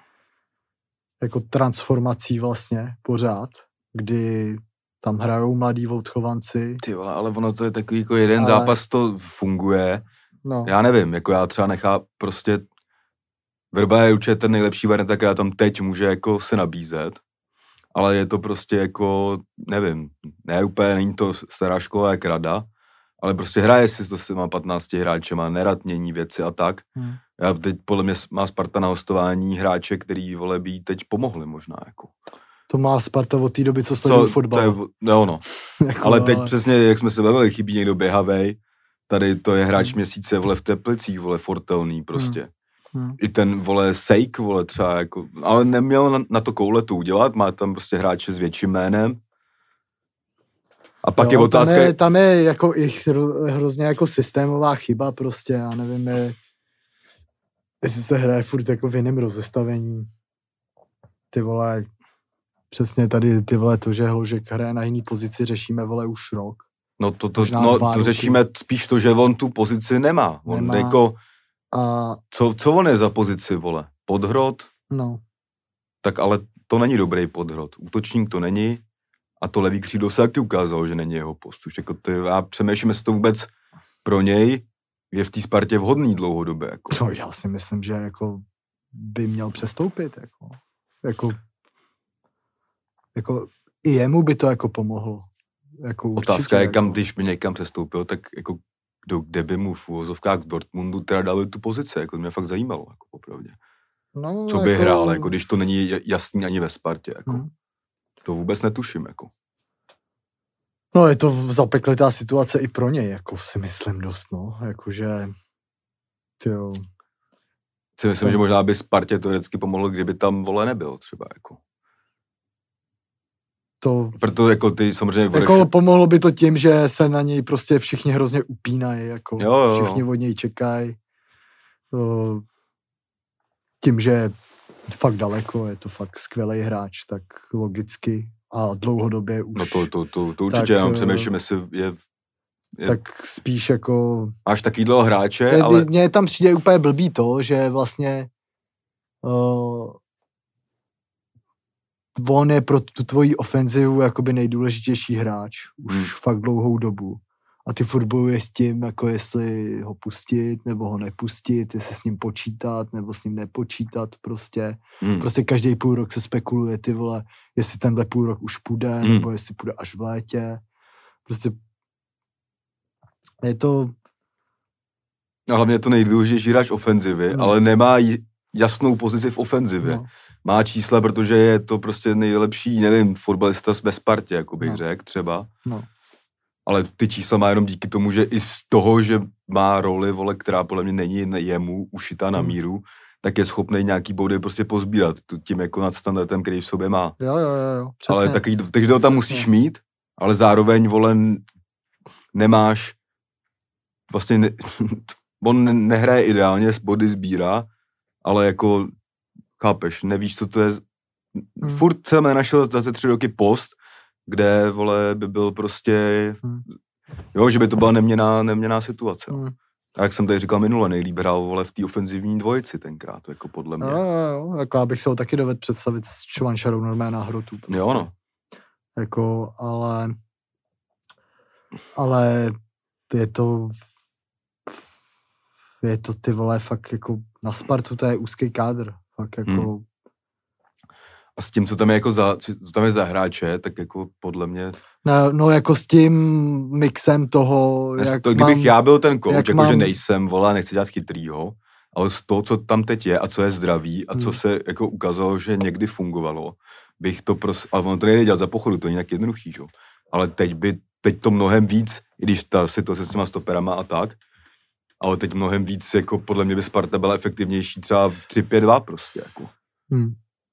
Speaker 2: jako transformací vlastně pořád, kdy tam hrajou mladí odchovanci.
Speaker 1: Ty vole, ale ono to je takový jako jeden ale... zápas to funguje.
Speaker 2: No.
Speaker 1: Já nevím, jako já třeba nechápu prostě Vrba je určitě ten nejlepší varianta, která tam teď může jako se nabízet, ale je to prostě jako, nevím, ne úplně, není to stará škola jak Rada, ale prostě hraje si to s těma patnácti hráčema, nerad mění věci a tak. Hmm. Já teď podle mě má Sparta na hostování hráče, který vole by teď pomohli možná jako.
Speaker 2: To má Sparta od té doby, co sledují fotbal.
Speaker 1: No, no. jako, ale teď ale... přesně, jak jsme se bavili, chybí někdo běhavej. Tady to je hráč hmm. měsíce, vole, v Teplicích, vole, Fortelný prostě. Hmm. Hmm. I ten, vole, Sejk, vole, třeba jako, ale neměl na, na to koule to udělat, má tam prostě hráče s větším jménem. A pak jo, je otázka...
Speaker 2: Tam je, tam je jako i hrozně jako systémová chyba prostě, já nevím, je, jestli se hraje furt jako v jiném rozestavení. Ty vole, přesně tady ty vole to, že Hložek hraje na jiný pozici, řešíme, vole, už rok.
Speaker 1: No to, to, no, to řešíme spíš to, že on tu pozici nemá. On nemá. Jako,
Speaker 2: A...
Speaker 1: Co, co on je za pozici, vole? Podhrot?
Speaker 2: No.
Speaker 1: Tak ale to není dobrý podhrot. Útočník to není a to levý křídlo se taky ukázalo, že není jeho post. Už jako ty, já přemýšlím, jestli to vůbec pro něj je v té Spartě vhodný dlouhodobě. Jako.
Speaker 2: No, já si myslím, že jako by měl přestoupit. Jako, jako, jako i jemu by to jako pomohlo. Jako
Speaker 1: Otázka
Speaker 2: určitě,
Speaker 1: je, kam,
Speaker 2: jako.
Speaker 1: když by někam přestoupil, tak jako kdo, kde by mu v uvozovkách v Dortmundu teda dali tu pozici. Jako to mě fakt zajímalo, jako popravdě.
Speaker 2: No,
Speaker 1: Co by
Speaker 2: jako...
Speaker 1: hrál, jako když to není jasný ani ve Spartě. Jako.
Speaker 2: Hmm.
Speaker 1: To vůbec netuším. Jako.
Speaker 2: No je to zapeklitá situace i pro něj, jako si myslím dost, no. Jakože, tyjo.
Speaker 1: Si myslím, že možná by Spartě to vždycky pomohlo, kdyby tam, vole, nebyl třeba, jako.
Speaker 2: To...
Speaker 1: Proto jako ty samozřejmě...
Speaker 2: Jako
Speaker 1: budeš...
Speaker 2: pomohlo by to tím, že se na něj prostě všichni hrozně upínají, jako
Speaker 1: jo, jo, jo.
Speaker 2: všichni od něj čekají. Tím, že je fakt daleko, je to fakt skvělý hráč, tak logicky a dlouhodobě už...
Speaker 1: No to, to, to, to určitě, já přemýšlím, jestli je, je...
Speaker 2: Tak spíš jako...
Speaker 1: Máš takovýhle hráče,
Speaker 2: je,
Speaker 1: ale...
Speaker 2: Mně tam přijde úplně blbý to, že vlastně uh, on je pro tu tvoji ofenzivu jakoby nejdůležitější hráč už hmm. fakt dlouhou dobu. A ty furt bojuješ s tím, jako jestli ho pustit, nebo ho nepustit, jestli s ním počítat, nebo s ním nepočítat prostě. Hmm. Prostě každý půl rok se spekuluje, ty vole, jestli tenhle půl rok už půjde, hmm. nebo jestli půjde až v létě. Prostě je to...
Speaker 1: A hlavně je to nejdůležitější hráč ofenzivy, no. ale nemá jasnou pozici v ofenzivě. No. Má čísla, protože je to prostě nejlepší, nevím, fotbalista ve Spartě, jako bych no. řekl třeba.
Speaker 2: No.
Speaker 1: Ale ty čísla má jenom díky tomu, že i z toho, že má roli, vole, která podle mě není jemu ušitá na míru, tak je schopný nějaký body prostě pozbírat tím jako nad standardem, který v sobě má.
Speaker 2: Jo, jo, jo, přesně.
Speaker 1: Ale taky, takže to tam
Speaker 2: přesně.
Speaker 1: musíš mít, ale zároveň, vole, nemáš vlastně, ne, on nehraje ideálně, body sbírá, ale jako, chápeš, nevíš, co to je. Hmm. Furt jsem nenašel za ty tři roky post, kde, vole, by byl prostě, hmm. jo, že by to byla neměná, neměná situace. Hmm. A jak jsem tady říkal minule, nejlíp hrál, vole, v té ofenzivní dvojici tenkrát, jako podle mě.
Speaker 2: Jo, jo, jo, jako já bych se ho taky dovedl představit s Čovančarou normálně na hrotu. Prostě.
Speaker 1: Jo, no.
Speaker 2: Jako, ale, ale je to, je to ty vole, fakt jako na Spartu to je úzký kádr, fakt jako. Hmm.
Speaker 1: A s tím, co tam je jako za, co tam je za hráče, tak jako podle mě...
Speaker 2: No, no jako s tím mixem toho,
Speaker 1: Nes,
Speaker 2: jak
Speaker 1: to, kdybych
Speaker 2: mám,
Speaker 1: já byl ten coach, jako
Speaker 2: mám...
Speaker 1: že nejsem, volá, nechci dělat chytrýho, ale z toho, co tam teď je a co je zdravý a co hmm. se jako ukázalo, že někdy fungovalo, bych to prostě... Ale ono to nejde dělat za pochodu, to je nějak jednoduchý, že? Ale teď by, teď to mnohem víc, i když ta situace s těma stoperama a tak, ale teď mnohem víc, jako podle mě by Sparta byla efektivnější třeba v tři pět dva prostě, jako.
Speaker 2: Hmm.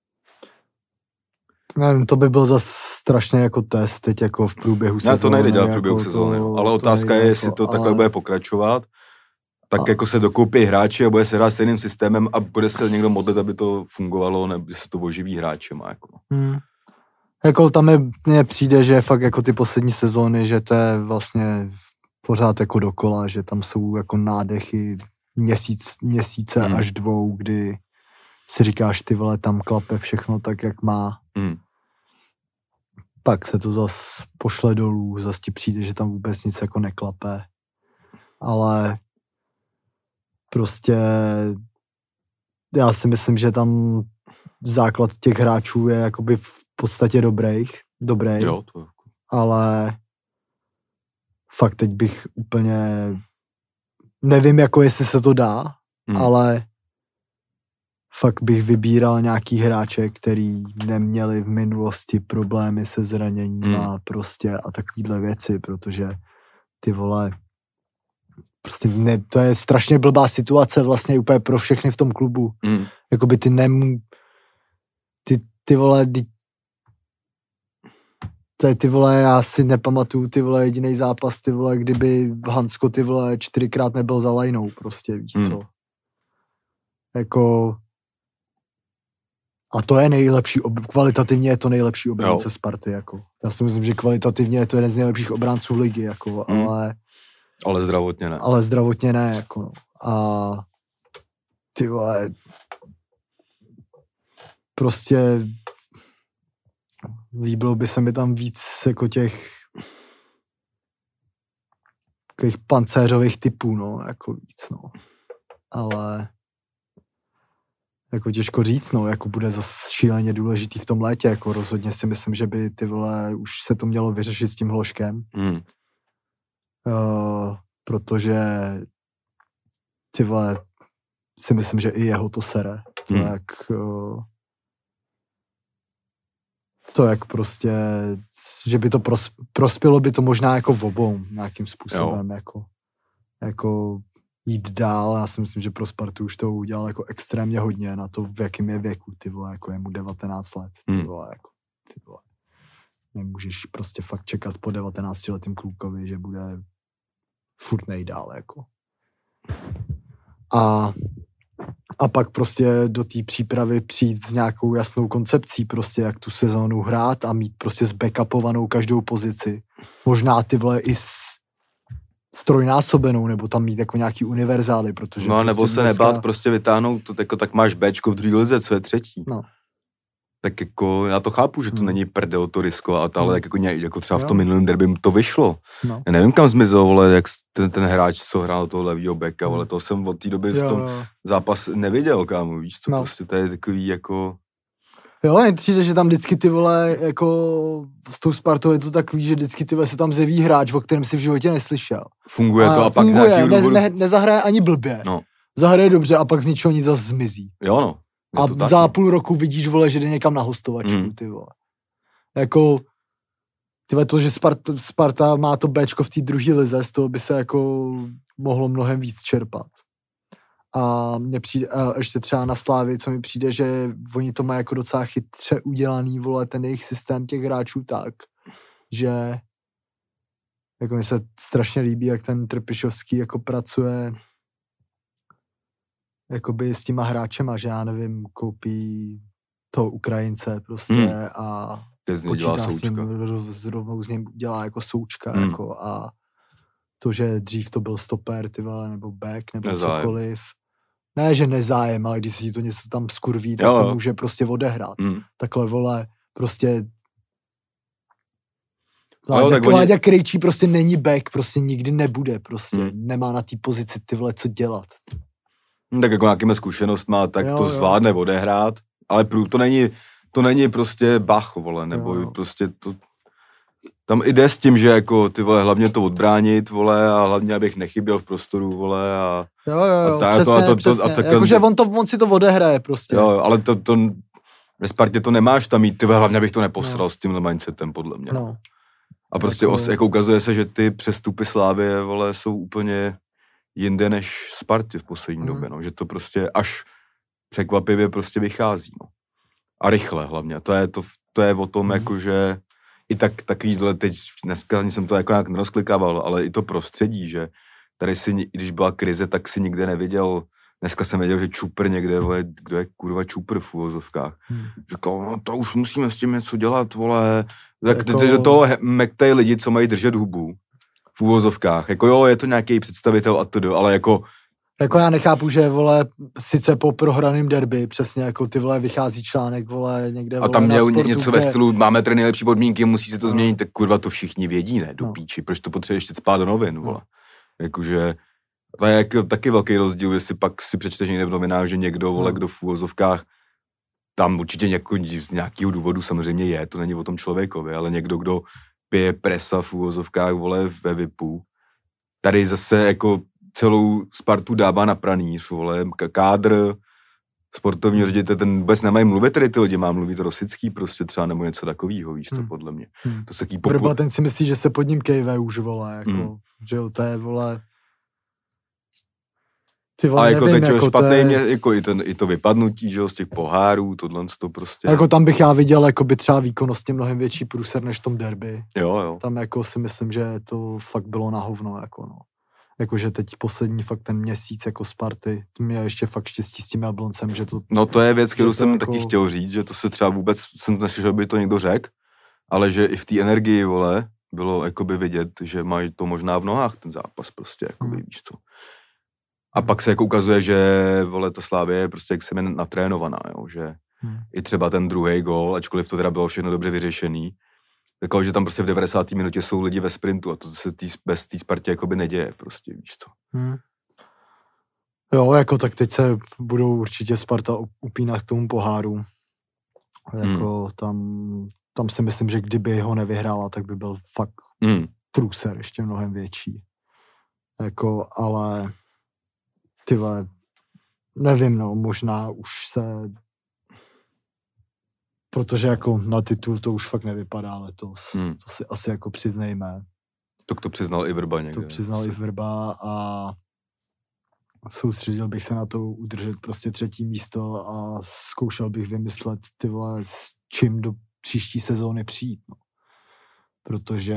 Speaker 2: Nevím, to by byl zase strašně jako test teď jako v průběhu sezóny.
Speaker 1: Ne, to nejde dělat v průběhu
Speaker 2: jako
Speaker 1: sezóny,
Speaker 2: to,
Speaker 1: ale otázka je, jestli
Speaker 2: jako,
Speaker 1: to
Speaker 2: ale...
Speaker 1: takhle bude pokračovat, tak
Speaker 2: a...
Speaker 1: jako se dokoupí hráči a bude se hrát stejným systémem a bude se někdo modlit, aby to fungovalo, nebo se to oživí hráčema, jako.
Speaker 2: Hmm. Jako tam je, mně přijde, že fakt jako ty poslední sezóny, že to je vlastně pořád jako dokola, že tam jsou jako nádechy měsíc, měsíce hmm. až dvou, kdy si říkáš, ty vole, tam klape všechno tak, jak má. Hmm. Pak se to zas pošle dolů, zas ti přijde, že tam vůbec nic jako neklape. Ale prostě já si myslím, že tam základ těch hráčů je jakoby v podstatě dobrých, dobrý,
Speaker 1: jo, to...
Speaker 2: ale fakt teď bych úplně nevím, jako jestli se to dá, hmm. ale fakt bych vybíral nějaký hráče, který neměli v minulosti problémy se zraněním hmm. a prostě a takovýhle věci, protože ty vole, prostě ne, to je strašně blbá situace vlastně úplně pro všechny v tom klubu. Hmm. Jakoby ty nemů, ty, ty vole, ty, ty, ty vole, já si nepamatuju ty vole jediný zápas, ty vole, kdyby Hansko ty vole čtyřikrát nebyl za lajnou, prostě víš hmm. co. Jako a to je nejlepší, ob... kvalitativně je to nejlepší obránce jo. Sparty, jako. Já si myslím, že kvalitativně je to jeden z nejlepších obránců ligy, jako, hmm. ale...
Speaker 1: Ale zdravotně ne.
Speaker 2: Ale zdravotně ne, jako, no. A ty vole, prostě líbilo by se mi tam víc jako těch takových pancéřových typů, no, jako víc, no. Ale jako těžko říct, no, jako bude zase šíleně důležitý v tom létě, jako rozhodně si myslím, že by ty vole už se to mělo vyřešit s tím Hloškem. Hmm. Uh, protože ty vole si myslím, že i jeho to sere. To hmm. jak uh, to jak prostě, že by to pros, prospělo by to možná jako v obou nějakým způsobem, jako, jako jít dál. Já si myslím, že pro Spartu už to udělal jako extrémně hodně na to, v jakém je věku, ty vole, jako je mu devatenáct let, ty vole, jako, ty vole. Nemůžeš prostě fakt čekat po devatenáctiletým klukovi, že bude furt nejdál, jako. A A pak prostě do té přípravy přijít s nějakou jasnou koncepcí, prostě jak tu sezónu hrát a mít prostě zbackupovanou každou pozici. Možná ty vole i s, s trojnásobenou, nebo tam mít jako nějaký univerzály, protože...
Speaker 1: No,
Speaker 2: prostě
Speaker 1: nebo se
Speaker 2: dneska...
Speaker 1: nebát prostě vytáhnout, to, jako, tak máš Bčko v druhé lize, co je třetí.
Speaker 2: No.
Speaker 1: Tak jako, já to chápu, že to hmm. není prdel to riskovat, ale
Speaker 2: hmm.
Speaker 1: tak jako, jako třeba v tom minulém derby to vyšlo.
Speaker 2: No.
Speaker 1: Já nevím, kam zmizel, vole, jak ten, ten hráč, co hrál toho levýho beka, vole, to jsem od té doby jo, v tom jo. zápas neviděl, kámo, víš, co no. prostě to je takový jako...
Speaker 2: Jo, jen přijde, že tam vždycky ty vole, jako s tou Spartou je to takový, že vždycky ty vole se tam zjeví hráč, o kterém si v životě neslyšel.
Speaker 1: Funguje a to a pak
Speaker 2: funguje,
Speaker 1: z nějakého důvodu...
Speaker 2: ne, ne, nezahraje ani blbě.
Speaker 1: No.
Speaker 2: Zahraje dobře a pak z ničeho nic zase zmizí.
Speaker 1: Jo, no.
Speaker 2: A za tak, půl roku vidíš, vole, že jde někam na hostovačku, mm. ty vole. Jako, ty vole, to, že Sparta, Sparta má to Bčko v té druhé lize, z toho by se jako mohlo mnohem víc čerpat. A mně přijde, a ještě třeba na Slávii, co mi přijde, že oni to mají jako docela chytře udělaný, vole, ten jejich systém těch hráčů tak, že jako mi se strašně líbí, jak ten Trpišovský jako pracuje jakoby s těma hráčema, že já nevím, koupí toho Ukrajince prostě hmm. a počítá s ním, rovnou z něm dělá jako součka, hmm. jako a to, že dřív to byl stoper, ty vole, nebo back, nebo nezájem. Cokoliv. Ne, že nezájem, ale když si ti to něco tam skurví, tak jo, to může prostě odehrát. Hmm. Takhle, vole, prostě Láďa, jo, Láďa oni... Krejčí prostě není back, prostě nikdy nebude, prostě hmm. nemá na té pozici ty vole co dělat.
Speaker 1: Tak jako nějakými zkušenostma, tak jo, to zvládne jo. odehrát, ale prů, to není, to není prostě Bach, vole, nebo jo. prostě to, tam jde s tím, že jako ty vole, hlavně to odbránit, vole, a hlavně abych nechyběl v prostoru, vole, a...
Speaker 2: Jo, jo, jo,
Speaker 1: a ta,
Speaker 2: přesně,
Speaker 1: to, to,
Speaker 2: přesně,
Speaker 1: a tak,
Speaker 2: jakože on, to, on si to odehraje prostě.
Speaker 1: Jo, ale to, to, ve Spartě to nemáš tam mít, ty vole, hlavně abych to neposral no. s tímhle mindsetem, podle mě. No. A prostě jako... Os, jako ukazuje se, že ty přestupy Slávie, vole, jsou úplně... jinde než Spartě v poslední mm. době, no. Že to prostě až překvapivě prostě vychází, no. A rychle hlavně. To je, to, to je o tom, mm. jako, že i tak takovýhle, teď dneska jsem to jako nějak nerozklikával, ale i to prostředí, že tady si, když byla krize, tak si nikde neviděl, dneska jsem věděl, že Čupr někde, vole, kdo je kurva Čupr v uvozovkách. Mm. Říkal, no to už musíme s tím něco dělat, vole. Tak jako... do toho mektají lidi, co mají držet hubu. V úvozovkách. Jako jo, je to nějaký představitel a to, ale jako...
Speaker 2: Jako já nechápu, že, vole, sice po prohraném derby, přesně jako ty, vole, vychází článek, vole, někde, vole,
Speaker 1: a tam měl
Speaker 2: sportu,
Speaker 1: něco kde... ve stylu, máme tady nejlepší podmínky, musí se to no. změnit, tak kurva to všichni vědí, ne, do no. píči, proč to potřebuješ ještě spát do novin, vole. No. Jakože, to je jako taky velký rozdíl, jestli pak si přečteš někde v novinách, že někdo, vole, no. kdo v úvozovkách, tam určitě něko, z nějakého důvodu samozřejmě je, to není o tom člověkovi, ale někdo, kdo pije presa v úvozovkách, vole, ve vipu. Tady zase jako celou Spartu dává na pranýř, vole, kádr, sportovní ředitel, ten vůbec nemají mluvit, tady ty lidi má mluvit Rosický prostě třeba, nebo něco takového, víš to, hmm. podle mě. Hmm. To se taký
Speaker 2: popul... Vrba, ten si myslí, že se pod ním kejve už, vole, jako, hmm. že jo, to je, vole... Ty vole,
Speaker 1: a jako
Speaker 2: nevím,
Speaker 1: teď
Speaker 2: jako
Speaker 1: špatný
Speaker 2: je...
Speaker 1: mě, jako i, ten, i to vypadnutí, že jo, z těch pohárů, tohle to prostě...
Speaker 2: Jako tam bych já viděl, jako by třeba výkonnostně mnohem větší průser než v tom derby.
Speaker 1: Jo, jo.
Speaker 2: Tam jako si myslím, že to fakt bylo na hovno, jako no. Jakože teď poslední fakt ten měsíc jako Sparty, mě ještě fakt štěstí s tím Jabloncem, že to...
Speaker 1: No to je věc, kterou jsem jako... taky chtěl říct, že to se třeba vůbec, jsem nešel, že by to někdo řekl, ale že i v té energii, vole, bylo jakoby vidět, že mají to možná v nohách ten zápas prostě, jakoby, hmm. víš co. A pak se jako ukazuje, že vole to Slavie je prostě jak se mi natrénovaná, jo, že hmm. i třeba ten druhý gól, ačkoliv to teda bylo všechno dobře vyřešený, tak že tam prostě v devadesáté minutě jsou lidi ve sprintu a to se tý, bez té Spartě jakoby neděje prostě, víš co. Hmm.
Speaker 2: Jo, jako tak teď se budou určitě Sparta upínat k tomu poháru. Jako hmm. tam, tam si myslím, že kdyby ho nevyhrála, tak by byl fakt hmm. průser ještě mnohem větší. Jako, ale ty vole, nevím, no, možná už se, protože jako na titul to už fakt nevypadá letos. Hmm. To si asi jako přiznejme.
Speaker 1: To to přiznal i Vrba někde.
Speaker 2: To přiznal i Vrba a soustředil bych se na to udržet prostě třetí místo a zkoušel bych vymyslet ty vole, s čím do příští sezóny přijít, no. Protože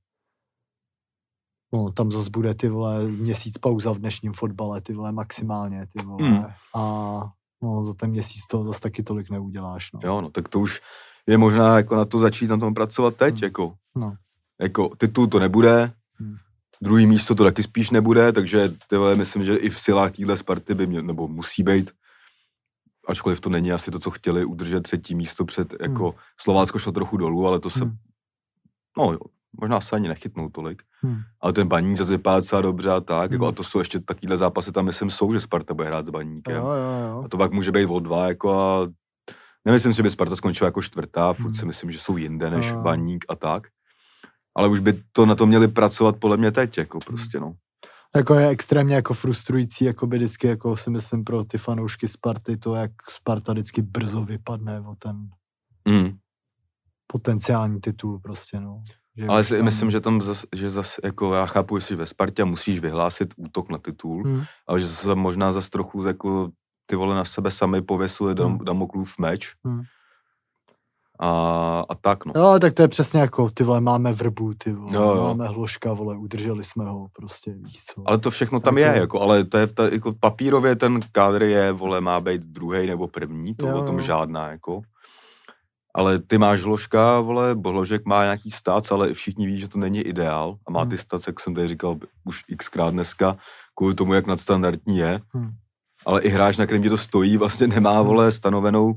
Speaker 2: no, tam zase bude ty vole měsíc pauza v dnešním fotbale, ty vole maximálně, ty vole. Hmm. A no, za ten měsíc toho zase taky tolik neuděláš, no.
Speaker 1: Jo, no, tak to už je možná jako na to začít na tom pracovat teď, hmm. jako.
Speaker 2: No.
Speaker 1: Jako titul to nebude, hmm. druhý místo to taky spíš nebude, takže ty vole, myslím, že i v silách téhle Sparty by měl, nebo musí být, ačkoliv to není asi to, co chtěli, udržet třetí místo před, jako hmm. Slovácko šlo trochu dolů, ale to se, hmm. no jo, možná se ani nechytnou tolik, hmm. ale ten Baník zase vypadá docela dobře a tak, hmm. jako, a to jsou ještě takovýhle zápasy, tam myslím jsou, že Sparta bude hrát s Baníkem.
Speaker 2: Jo, jo, jo.
Speaker 1: A to pak může být o dva, jako a nemyslím si, že by Sparta skončila jako čtvrtá, furt hmm. si myslím, že jsou jinde než jo. Baník a tak. Ale už by to na to měli pracovat podle mě teď, jako prostě, no.
Speaker 2: Jako je extrémně jako frustrující, jako by vždycky, jako si myslím pro ty fanoušky Sparty, to, jak Sparta vždycky brzo vypadne o ten mm. potenciální titul prostě, no.
Speaker 1: Že ale si tam... myslím, že tam zas, že zas, jako já chápu, jestli ve Spartě musíš vyhlásit útok na titul, mm. ale že se možná zas trochu jako ty vole na sebe sami pověsili dam, mm. Damoklův meč. Mm. A, a tak, no.
Speaker 2: Jo, tak to je přesně jako, ty vole, máme Vrbu, ty vole, jo, jo. máme Hloška, vole, udrželi jsme ho, prostě, víš co.
Speaker 1: Ale to všechno tam jako... je, jako, ale to je, ta, jako papírově ten kádr je, vole, má být druhý nebo první, to jo, o tom jo. žádná, jako. Ale ty máš Hloška, vole, Hložek má nějaký stác, ale všichni ví, že to není ideál a má ty stác, jak jsem tady říkal už xkrát dneska, kvůli tomu, jak nadstandardní je. Hmm. Ale i hráč, na kterém ti to stojí, vlastně nemá, vole, stanovenou.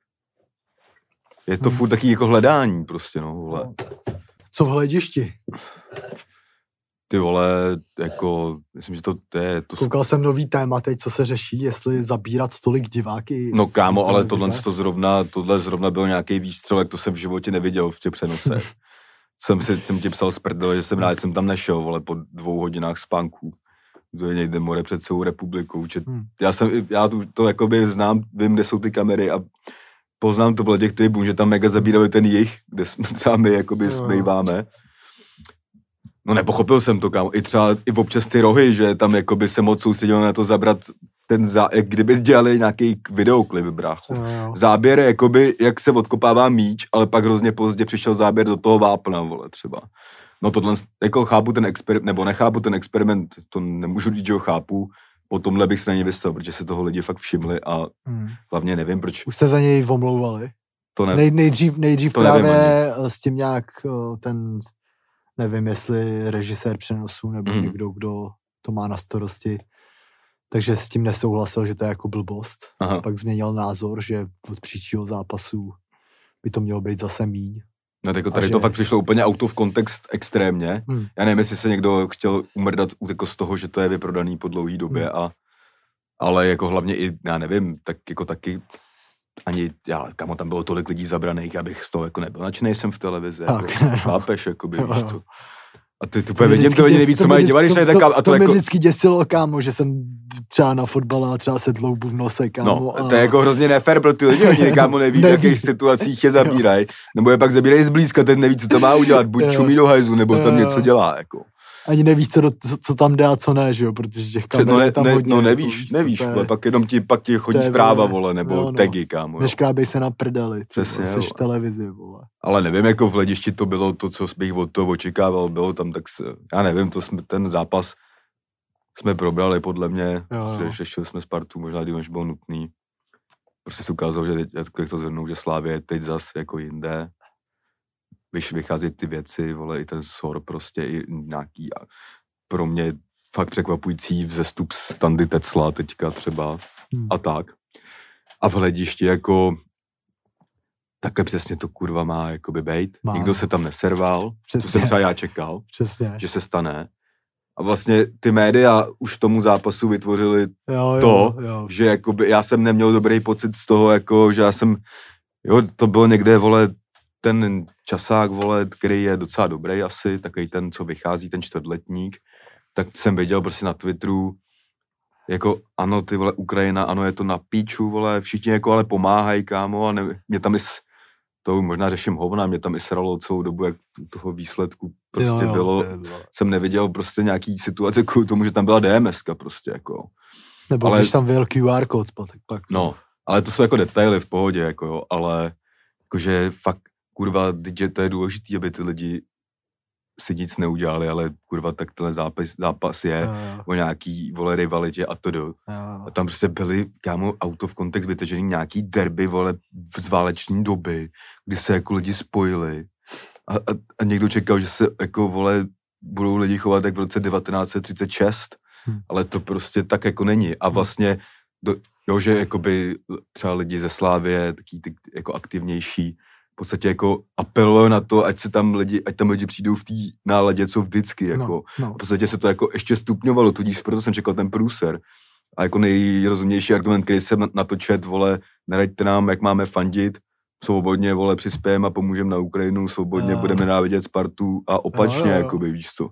Speaker 1: Je to hmm. furt taky jako hledání prostě, no, vole.
Speaker 2: Co v hledišti?
Speaker 1: Ty vole, jako, myslím, že to, to je... To
Speaker 2: Koukal jsem nový téma teď, co se řeší, jestli zabírat tolik diváky.
Speaker 1: No kámo, ale tohle, to zrovna, tohle zrovna byl nějaký výstřel, jak to jsem v životě neviděl v těch přenosech. jsem si jsem ti psal z prdele, že jsem rád, jsem tam nešel, vole, po dvou hodinách spánku. To je někde more před celou republikou. Če, hmm. Já jsem, já to, to jakoby znám, vím, kde jsou ty kamery a poznám to bylo těch tribun, že tam mega zabírali ten jich, kde jsme třeba my jakoby smejváme. No nepochopil jsem to, kámo. I třeba i občas ty rohy, že tam jakoby se moc soustředilo na to zabrat ten zá... Jak kdyby dělali nějaký videoklip, brácho. Záběr je jakoby, jak se odkopává míč, ale pak hrozně pozdě přišel záběr do toho vápna, vole, třeba. No tohle, jako chápu ten experiment, nebo nechápu ten experiment, to nemůžu říct, že ho chápu, po tomhle bych se na něj vystavil, protože se toho lidi fakt všimli a hmm. hlavně nevím, proč.
Speaker 2: Už se za něj omlouvali?
Speaker 1: To ne...
Speaker 2: Nej, nejdřív nejdřív to právě s tím nějak ten, nevím, jestli režisér přenosu nebo hmm. někdo, kdo to má na starosti, takže s tím nesouhlasil, že to je jako blbost. Aha. Pak změnil názor, že od příštího zápasu by to mělo být zase míň.
Speaker 1: No tak tady že... to fakt přišlo úplně out of context extrémně. Hmm. Já nevím, jestli se někdo chtěl umrdat jako z toho, že to je vyprodaný po dlouhý době, hmm. a, ale jako hlavně i, já nevím, tak jako taky ani, já, kamo, tam bylo tolik lidí zabraných, abych z toho jako nebyl nadšenej jsem v televizi, tak, jako, chápeš, jakoby, víš co. A ty tu vidím, to lidi neví, co mají dělat, když nejde
Speaker 2: to,
Speaker 1: kam.
Speaker 2: A to, to, to mě jako... vždycky děsilo, kámo, že jsem třeba na fotbale a třeba se dloubu v nose, kámo.
Speaker 1: No,
Speaker 2: a...
Speaker 1: to je jako hrozně nefér pro ty lidi, oni kámo neví, v jakých situacích je zabírají, nebo je pak zabírají zblízka, ten neví, co to má udělat, buď čumí do hajzu, nebo tam něco dělá, jako.
Speaker 2: Ani nevíš, co, do, co, co tam jde a co ne, že jo, protože těch kamer
Speaker 1: no, ne,
Speaker 2: je tam
Speaker 1: ne,
Speaker 2: hodně.
Speaker 1: No nevíš, jako, nevíš, vole, pak jenom ti, pak ti chodí zpráva, vole, nebo no, no. tagy, kámo.
Speaker 2: Než krábej se na prdeli,
Speaker 1: přesně,
Speaker 2: jsi v televizi, vole.
Speaker 1: Ale nevím, jako v hledišti to bylo to, co bych od toho očekával, bylo tam tak, se, já nevím, to jsme, ten zápas jsme probrali, podle mě, řešili jsme Spartu, možná když bylo nutný. Prostě se ukázalo, že teď, jak to zhrnou, že Slavie je teď zas jako jinde. Víš, vychází ty věci, vole, i ten S O R prostě, i nějaký, pro mě fakt překvapující vzestup Standy Tecla teďka třeba hmm. a tak. A v hledišti jako takhle přesně to kurva má jakoby bejt. Má. Nikdo se tam neserval, přesně. To jsem třeba já čekal, přesně. Že se stane. A vlastně ty média už tomu zápasu vytvořili jo, to, jo, jo. Že jakoby já jsem neměl dobrý pocit z toho, jako, že já jsem, jo, to bylo někde, vole, ten časák, vole, který je docela dobrý asi, takový ten, co vychází, ten čtvrtletník, tak jsem viděl prostě na Twitteru, jako ano, ty vole, Ukrajina, ano, je to na píču, vole, všichni jako ale pomáhají, kámo, a ne, mě tam i, to možná řeším hovna, mě tam i sralo celou dobu, jak toho výsledku prostě jo, jo, bylo, jsem neviděl prostě nějaký situace kvůli tomu, že tam byla DMSka prostě, jako.
Speaker 2: Nebo ale, když tam byl Q R kód, tak pak.
Speaker 1: No, ale to jsou jako detaily v pohodě, jako jo, ale jakože fakt, kurva, že to je důležitý, aby ty lidi si nic neudělali, ale kurva, tak tenhle zápas, zápas je jo. O nějaký, vole, rivalitě a to do. A tam prostě byly, kámo, auto v kontext vytažený nějaký derby, vole, z váleční doby, kdy se jako lidi spojili a, a, a někdo čekal, že se jako, vole, budou lidi chovat jak v roce devatenáct set třicet šest, hmm. ale to prostě tak jako není. A vlastně, do, jo, že jakoby třeba lidi ze Slávie, taky ty, jako aktivnější, v podstatě jako apeluje na to, ať se tam lidi, ať tam lidi přijdou v té náladě, co vždycky, jako. No, no. V podstatě se to jako ještě stupňovalo, tudíž proto jsem čekal ten průser. A jako nejrozumější argument, který jsem na to čet, vole, neraďte nám, jak máme fandit, svobodně, vole, přispějeme a pomůžeme na Ukrajinu, svobodně no. Budeme nenávidět Spartu a opačně, no, no, no. Jakoby, víš co.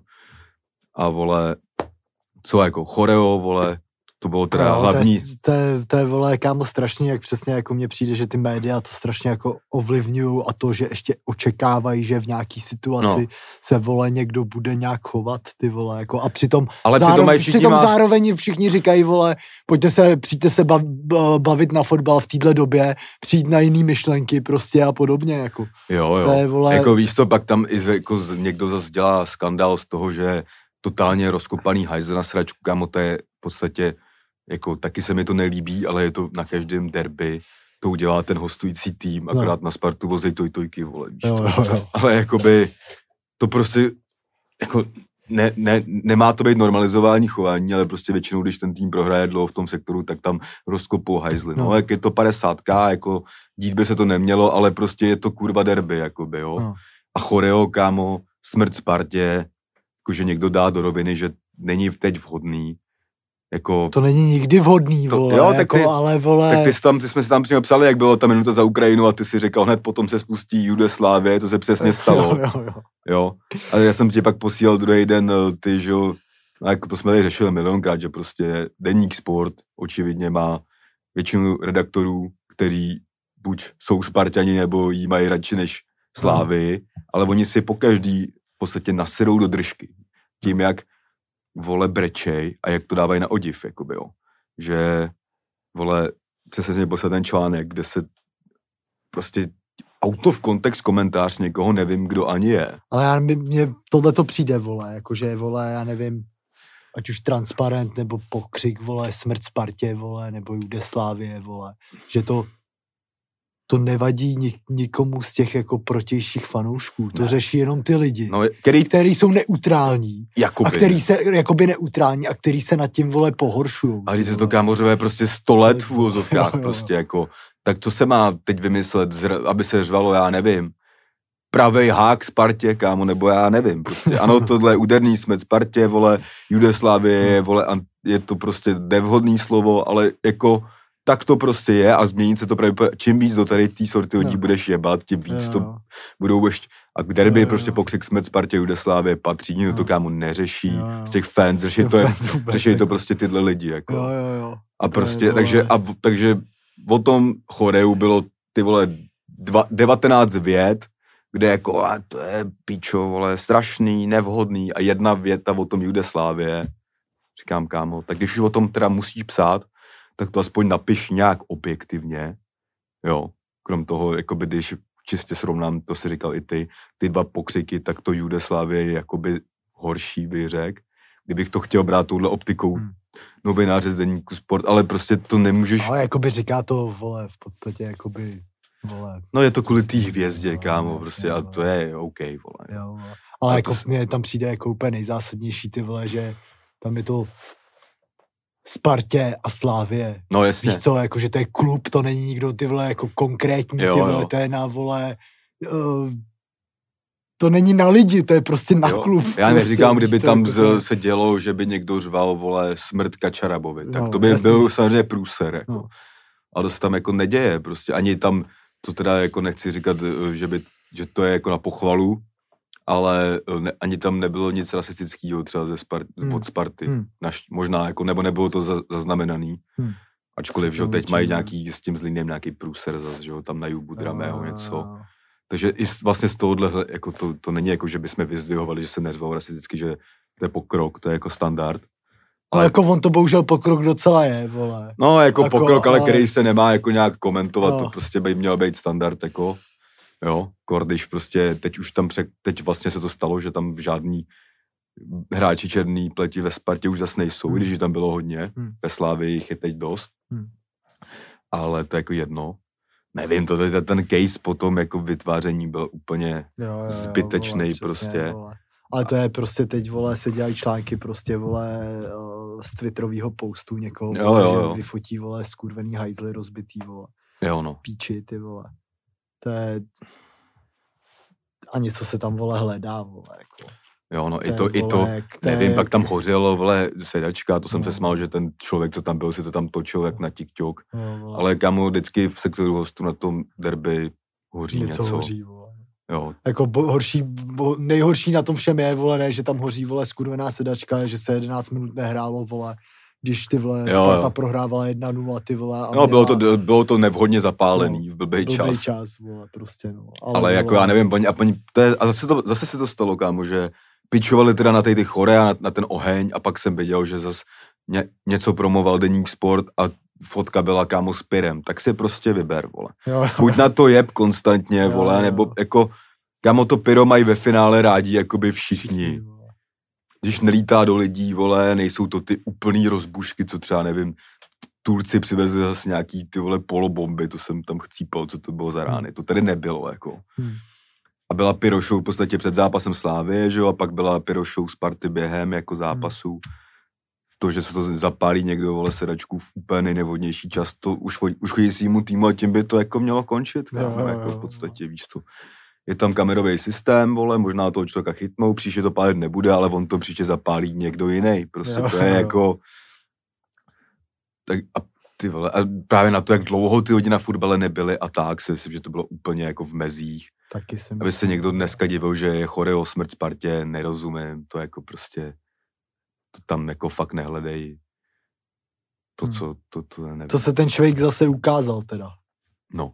Speaker 1: A vole, co jako choreo, vole, to bylo teda no, hlavní.
Speaker 2: To je, to, je, to je, vole, kámo, strašně, jak přesně jako mně přijde, že ty média to strašně jako ovlivňují a to, že ještě očekávají, že v nějaký situaci no. se, vole, někdo bude nějak chovat, ty vole, jako a přitom,
Speaker 1: ale
Speaker 2: zároveň,
Speaker 1: přitom, všichni
Speaker 2: přitom
Speaker 1: má...
Speaker 2: zároveň všichni říkají, vole, pojďte se, přijďte se bav, bavit na fotbal v téhle době, přijít na jiný myšlenky prostě a podobně, jako.
Speaker 1: Jo, jo, je, vole... jako víš to, pak tam i jako někdo zase dělá skandál z toho, že totálně rozkopaný hajzl na sračku, kámo, to je v podstatě jako taky se mi to nelíbí, ale je to na každém derby, to udělá ten hostující tým, akorát no. Na Spartu vozej tojtojky, vole, víš jo, jo, jo. Ale jakoby to prostě jako ne, ne, nemá to být normalizování chování, ale prostě většinou, když ten tým prohraje dlouho v tom sektoru, tak tam rozkopou hajzly, no, no jak je to padesátka, jako dít by se to nemělo, ale prostě je to kurva derby, jakoby, jo. No. A choreo, kámo, smrt Spartě, jakože někdo dá do roviny, že není teď vhodný. Jako,
Speaker 2: to není nikdy vhodný, to, vole, jo, tak jako, ty, ale vole...
Speaker 1: Tak ty, tam, ty jsme si tam přímo psali, jak bylo ta minuta za Ukrajinu a ty si říkal, hned potom se spustí Jugoslávie, to se přesně stalo. jo, jo, jo. jo. A já jsem ti pak posílal druhý den, ty, že no, jako to jsme tady řešili milionkrát, že prostě Deník Sport očividně má většinu redaktorů, který buď jsou Sparťani, nebo jí mají radši než Slávy, hmm. ale oni si pokaždý v podstatě naserou do držky. Tím, jak vole brečej a jak to dávají na odiv, jakoby, jo. Že, vole, přesně mě poslal ten článek, kde se prostě auto v kontext komentář někoho nevím, kdo ani je.
Speaker 2: Ale já, mně tohle to přijde, vole, jakože, vole, já nevím, ať už transparent, nebo pokřik, vole, smrt Spartě, vole, nebo Jugoslávie, vole, že to to nevadí nik, nikomu z těch jako protějších fanoušků. To ne. Řeší jenom ty lidi,
Speaker 1: no, který,
Speaker 2: který jsou neutrální.
Speaker 1: Jakoby,
Speaker 2: a který se, jakoby neutrální a který se nad tím, vole, pohoršujou.
Speaker 1: A když se to, kámořové, prostě sto let v úvozovkách, prostě jako, tak co se má teď vymyslet, aby se řvalo, já nevím, pravej hák Spartě, kámo, nebo já nevím, prostě. Ano, tohle je úderný smrt Spartě, vole, Jugoslávie, vole, je to prostě nevhodný slovo, ale jako tak to prostě je a změnit se to právě, čím víc do tady té sorty lidí no. budeš jebat, tím víc no. to budou ještě, a k derby no, prostě no. pokřik smrt Spartě Jugoslávie patří, nikdo no. to kámo neřeší, no. z těch fans, řeší to, řeší to prostě tyhle lidi, jako.
Speaker 2: Jo, jo, jo.
Speaker 1: A prostě, je, takže, a, takže o tom choreu bylo ty vole dva, devatenáct vět, kde jako, a to je pičo, vole, strašný, nevhodný a jedna věta o tom Jugoslávie, říkám kámo, tak když už o tom teda musíš psát, tak to aspoň napiš nějak objektivně, jo, krom toho, jakoby, když čistě srovnám, to si říkal i ty, ty dva pokřiky, tak to Jugoslávie je jakoby horší, bych řekl, kdybych to chtěl brát touhle optikou hmm. novináře z Deníku Sport, ale prostě to nemůžeš...
Speaker 2: Ale jakoby říká to, vole, v podstatě, jakoby, vole...
Speaker 1: No je to kvůli té hvězdě, kámo, prostě, a to je OK, vole.
Speaker 2: Jo, ale a jako to... mně tam přijde jako úplně nejzásadnější, ty vole, že Tam je to Spartě a Slávě.
Speaker 1: No jasně.
Speaker 2: Víš co, jako, že to je klub, to není nikdo, ty vole, jako konkrétní,
Speaker 1: jo,
Speaker 2: ty vole,
Speaker 1: jo.
Speaker 2: to je na, vole, uh, to není na lidi, to je prostě na
Speaker 1: jo.
Speaker 2: klub.
Speaker 1: Já
Speaker 2: prostě,
Speaker 1: neříkám, kdyby
Speaker 2: co,
Speaker 1: tam
Speaker 2: jako
Speaker 1: z,
Speaker 2: to...
Speaker 1: se dělo, že by někdo řval, vole, smrt Kačarabovi, tak
Speaker 2: no,
Speaker 1: to by
Speaker 2: jasný.
Speaker 1: byl samozřejmě průser, jako.
Speaker 2: No.
Speaker 1: Ale to se tam jako neděje, prostě ani tam, to teda jako nechci říkat, že, by, že to je jako na pochvalu, ale ne, ani tam nebylo nic rasistického třeba ze Spart, hmm. od Sparty.
Speaker 2: Hmm.
Speaker 1: Naš, možná, jako, nebo nebylo to za, zaznamenaný. Hmm. Ačkoliv, že teď mají nějaký, s tím Zlínem nějaký průser zase, že tam na Jubu Dramého něco. Takže i vlastně z tohohle, jako to, to není jako, že bychom vyzdvihovali, že se neřval rasisticky, že to je pokrok, to je jako standard.
Speaker 2: Ale jako on to bohužel pokrok docela je, vole.
Speaker 1: No, jako, jako pokrok, ale,
Speaker 2: ale
Speaker 1: který se nemá jako nějak komentovat, no. To prostě by měl být standard, jako, jo, když prostě teď už tam, pře- teď vlastně se to stalo, že tam žádný hráči černý pleti ve Spartě už zase nejsou, hmm. když tam bylo hodně, hmm. ve Slávii jich je teď dost, hmm. ale to je jako jedno. Nevím, to, to, ten case potom jako vytváření byl úplně jo, jo, zbytečný jo, vole, prostě.
Speaker 2: Vole. Ale to je prostě teď, vole, se dělají články prostě, vole, z twitterovýho postu někoho,
Speaker 1: jo, jo,
Speaker 2: že
Speaker 1: jo.
Speaker 2: vyfotí, vole, skurvený hajzly rozbitý, vole.
Speaker 1: Jo, no.
Speaker 2: Píči, ty, vole. To je... A něco se tam, vole, hledá, vole, jako.
Speaker 1: Jo, no,
Speaker 2: to
Speaker 1: i to,
Speaker 2: je,
Speaker 1: i to,
Speaker 2: vole,
Speaker 1: nevím,
Speaker 2: je...
Speaker 1: pak tam hořelo, vole, sedačka, to jsem
Speaker 2: no.
Speaker 1: se smál, že ten člověk, co tam byl, si to tam točil jak na TikTok,
Speaker 2: no,
Speaker 1: ale kámo, vždycky v sektoru hostu na tom derby hoří něco.
Speaker 2: Něco hoří, vole.
Speaker 1: Jo.
Speaker 2: Jako bo, horší, bo, nejhorší na tom všem je, vole, ne, že tam hoří, vole, skurvená sedačka, že se jedenáct minut nehrálo, vole, když ty, vole, jo, Sparta jo. prohrávala jedna nula, ty, vole. A
Speaker 1: no, bylo to, bylo to nevhodně zapálený, no, v blbej čas.
Speaker 2: Blbej čas, vole, prostě, no.
Speaker 1: Ale, Ale jako, já nevím, paní, a, paní, to je, a zase, to, zase se to stalo, kámo, že pičovali teda na ty, ty chore a na, na ten oheň a pak jsem viděl, že zase ně, něco promoval Deník Sport a fotka byla, kámo, s pyrem, tak si prostě vyber, vole.
Speaker 2: Jo, jo.
Speaker 1: Buď na to jeb konstantně, jo, vole, jo. Nebo jako, kámo, to pyro mají ve finále rádi, jakoby všichni. všichni Když nelítá do lidí, vole, nejsou to ty úplný rozbušky, co třeba, nevím, Turci přivezli zase nějaký ty, vole, polobomby, to jsem tam chcípal, co to bylo za rány. To tady nebylo, jako. Hmm. A byla pyro show v podstatě před zápasem Slávie, že jo, a pak byla pyro show Sparty během, jako zápasů. Hmm. To, že se to zapálí někdo, vole, sedačku v úplně nejnevhodnější čas, to už, už chodí svýmu týmu a tím by to jako mělo končit, kámo, jo, jako v podstatě, víš co. Je tam kamerový systém, vole, možná toho člověka chytnou, příště to pálit nebude, ale on to příště zapálí někdo jiný. Prostě jo, to je jo. jako... Tak a ty vole, a právě na to, jak dlouho ty hodiny na fotbale nebyly a tak, si myslím, že to bylo úplně jako v mezích.
Speaker 2: Taky jsem
Speaker 1: Aby se někdo dneska divil, že je chorý o smrt Spartě, nerozumím, to jako prostě... To tam jako fakt nehledej. To, co... Hmm. To, to nevím.
Speaker 2: Co se ten člověk zase ukázal teda?
Speaker 1: No.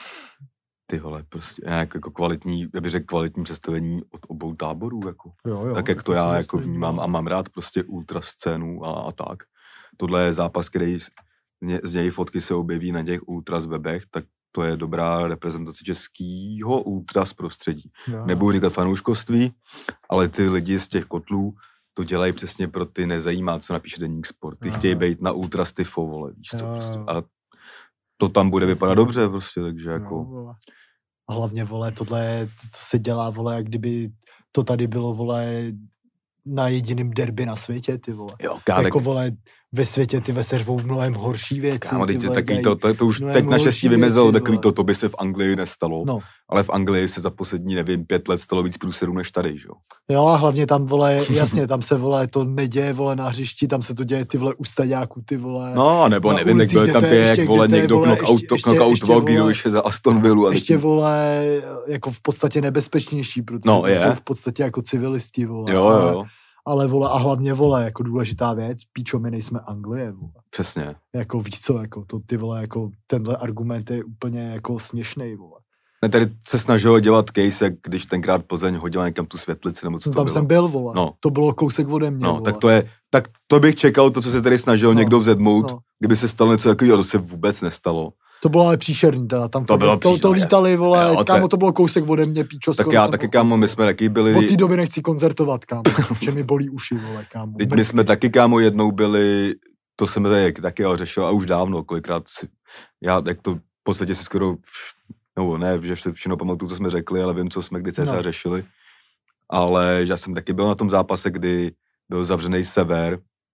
Speaker 1: Ty vole, prostě nějak jako kvalitní, já bych řekl kvalitní představení od obou táborů, jako.
Speaker 2: Jo, jo,
Speaker 1: tak jak to já jako vnímám a mám rád prostě ultra scénu a, a tak. Tohle je zápas, který z, z něj fotky se objeví na těch ultras webech, tak to je dobrá reprezentace českého ultras prostředí. Jo. Nebudu říkat fanouškovství, ale ty lidi z těch kotlů to dělají přesně pro ty nezajímá, co napíše Deník Sport. Ty jo. chtějí být na ultras tyfo, vole, víš co, prostě. A to tam bude vypadat dobře prostě, takže jako...
Speaker 2: No, a hlavně, vole, tohle je, to se dělá, vole, jak kdyby to tady bylo, vole, na jediném derby na světě, ty vole.
Speaker 1: Jo, kále...
Speaker 2: Jako, vole, ve světě ty se řvou mnohem horší věci.
Speaker 1: Kámo, ty vole, takový to, to, to už teď naštěstí vymezelo, takový to, to by se v Anglii nestalo. No. Ale v Anglii se za poslední, nevím, pět let stalo víc průserů než tady, že jo?
Speaker 2: Jo, a hlavně tam, vole, jasně, tam se, vole, to neděje, vole, na hřišti, tam se to děje, ty, vole, u staďáků, ty, vole.
Speaker 1: No, nebo nevím, ulicích, jak byl tam ty, jak, vole, někdo knockoutoval, když je za Aston Villa.
Speaker 2: Ještě, vole, jako v podstatě nebezpečnější, protože
Speaker 1: no,
Speaker 2: jsou v podstatě jako civilisti, vole.
Speaker 1: Jo, jo.
Speaker 2: Ale, vole, a hlavně, vole, jako důležitá věc, píčo, my nejsme Anglie, vole.
Speaker 1: Přesně.
Speaker 2: Jako, víš co, jako, to, ty, vole, jako, tenhle argument je úplně, jako, směšnej, vole.
Speaker 1: Ne, tady se snažilo dělat case, jak když tenkrát Plzeň hodila někam tu světlici, nebo co
Speaker 2: no,
Speaker 1: to
Speaker 2: tam
Speaker 1: bylo.
Speaker 2: jsem byl, vole.
Speaker 1: No.
Speaker 2: To bylo kousek ode mě,
Speaker 1: No,
Speaker 2: vole.
Speaker 1: tak to je, tak to bych čekal, to, co se tady snažil no. někdo vzedmout, no. kdyby se stalo něco takového, to se vůbec nestalo.
Speaker 2: To bylo ale příšerný, teda. Tam
Speaker 1: to bylo
Speaker 2: to, to, to lítali, vole, jo, kámo, to bylo kousek ode mě, píčo.
Speaker 1: Tak já taky, kámo, my jsme taky byli...
Speaker 2: Od té doby nechci koncertovat, kámo, že mi bolí uši, vole, kámo.
Speaker 1: Teď my jsme taky, kámo, jednou byli, to jsem tady taky řešil a už dávno, kolikrát, já jak to v podstatě si skoro, no ne, že se všechno pamatuju, co jsme řekli, ale vím, co jsme kdy cca no. řešili. Ale já jsem taky byl na tom zápase, kdy byl zavřený sever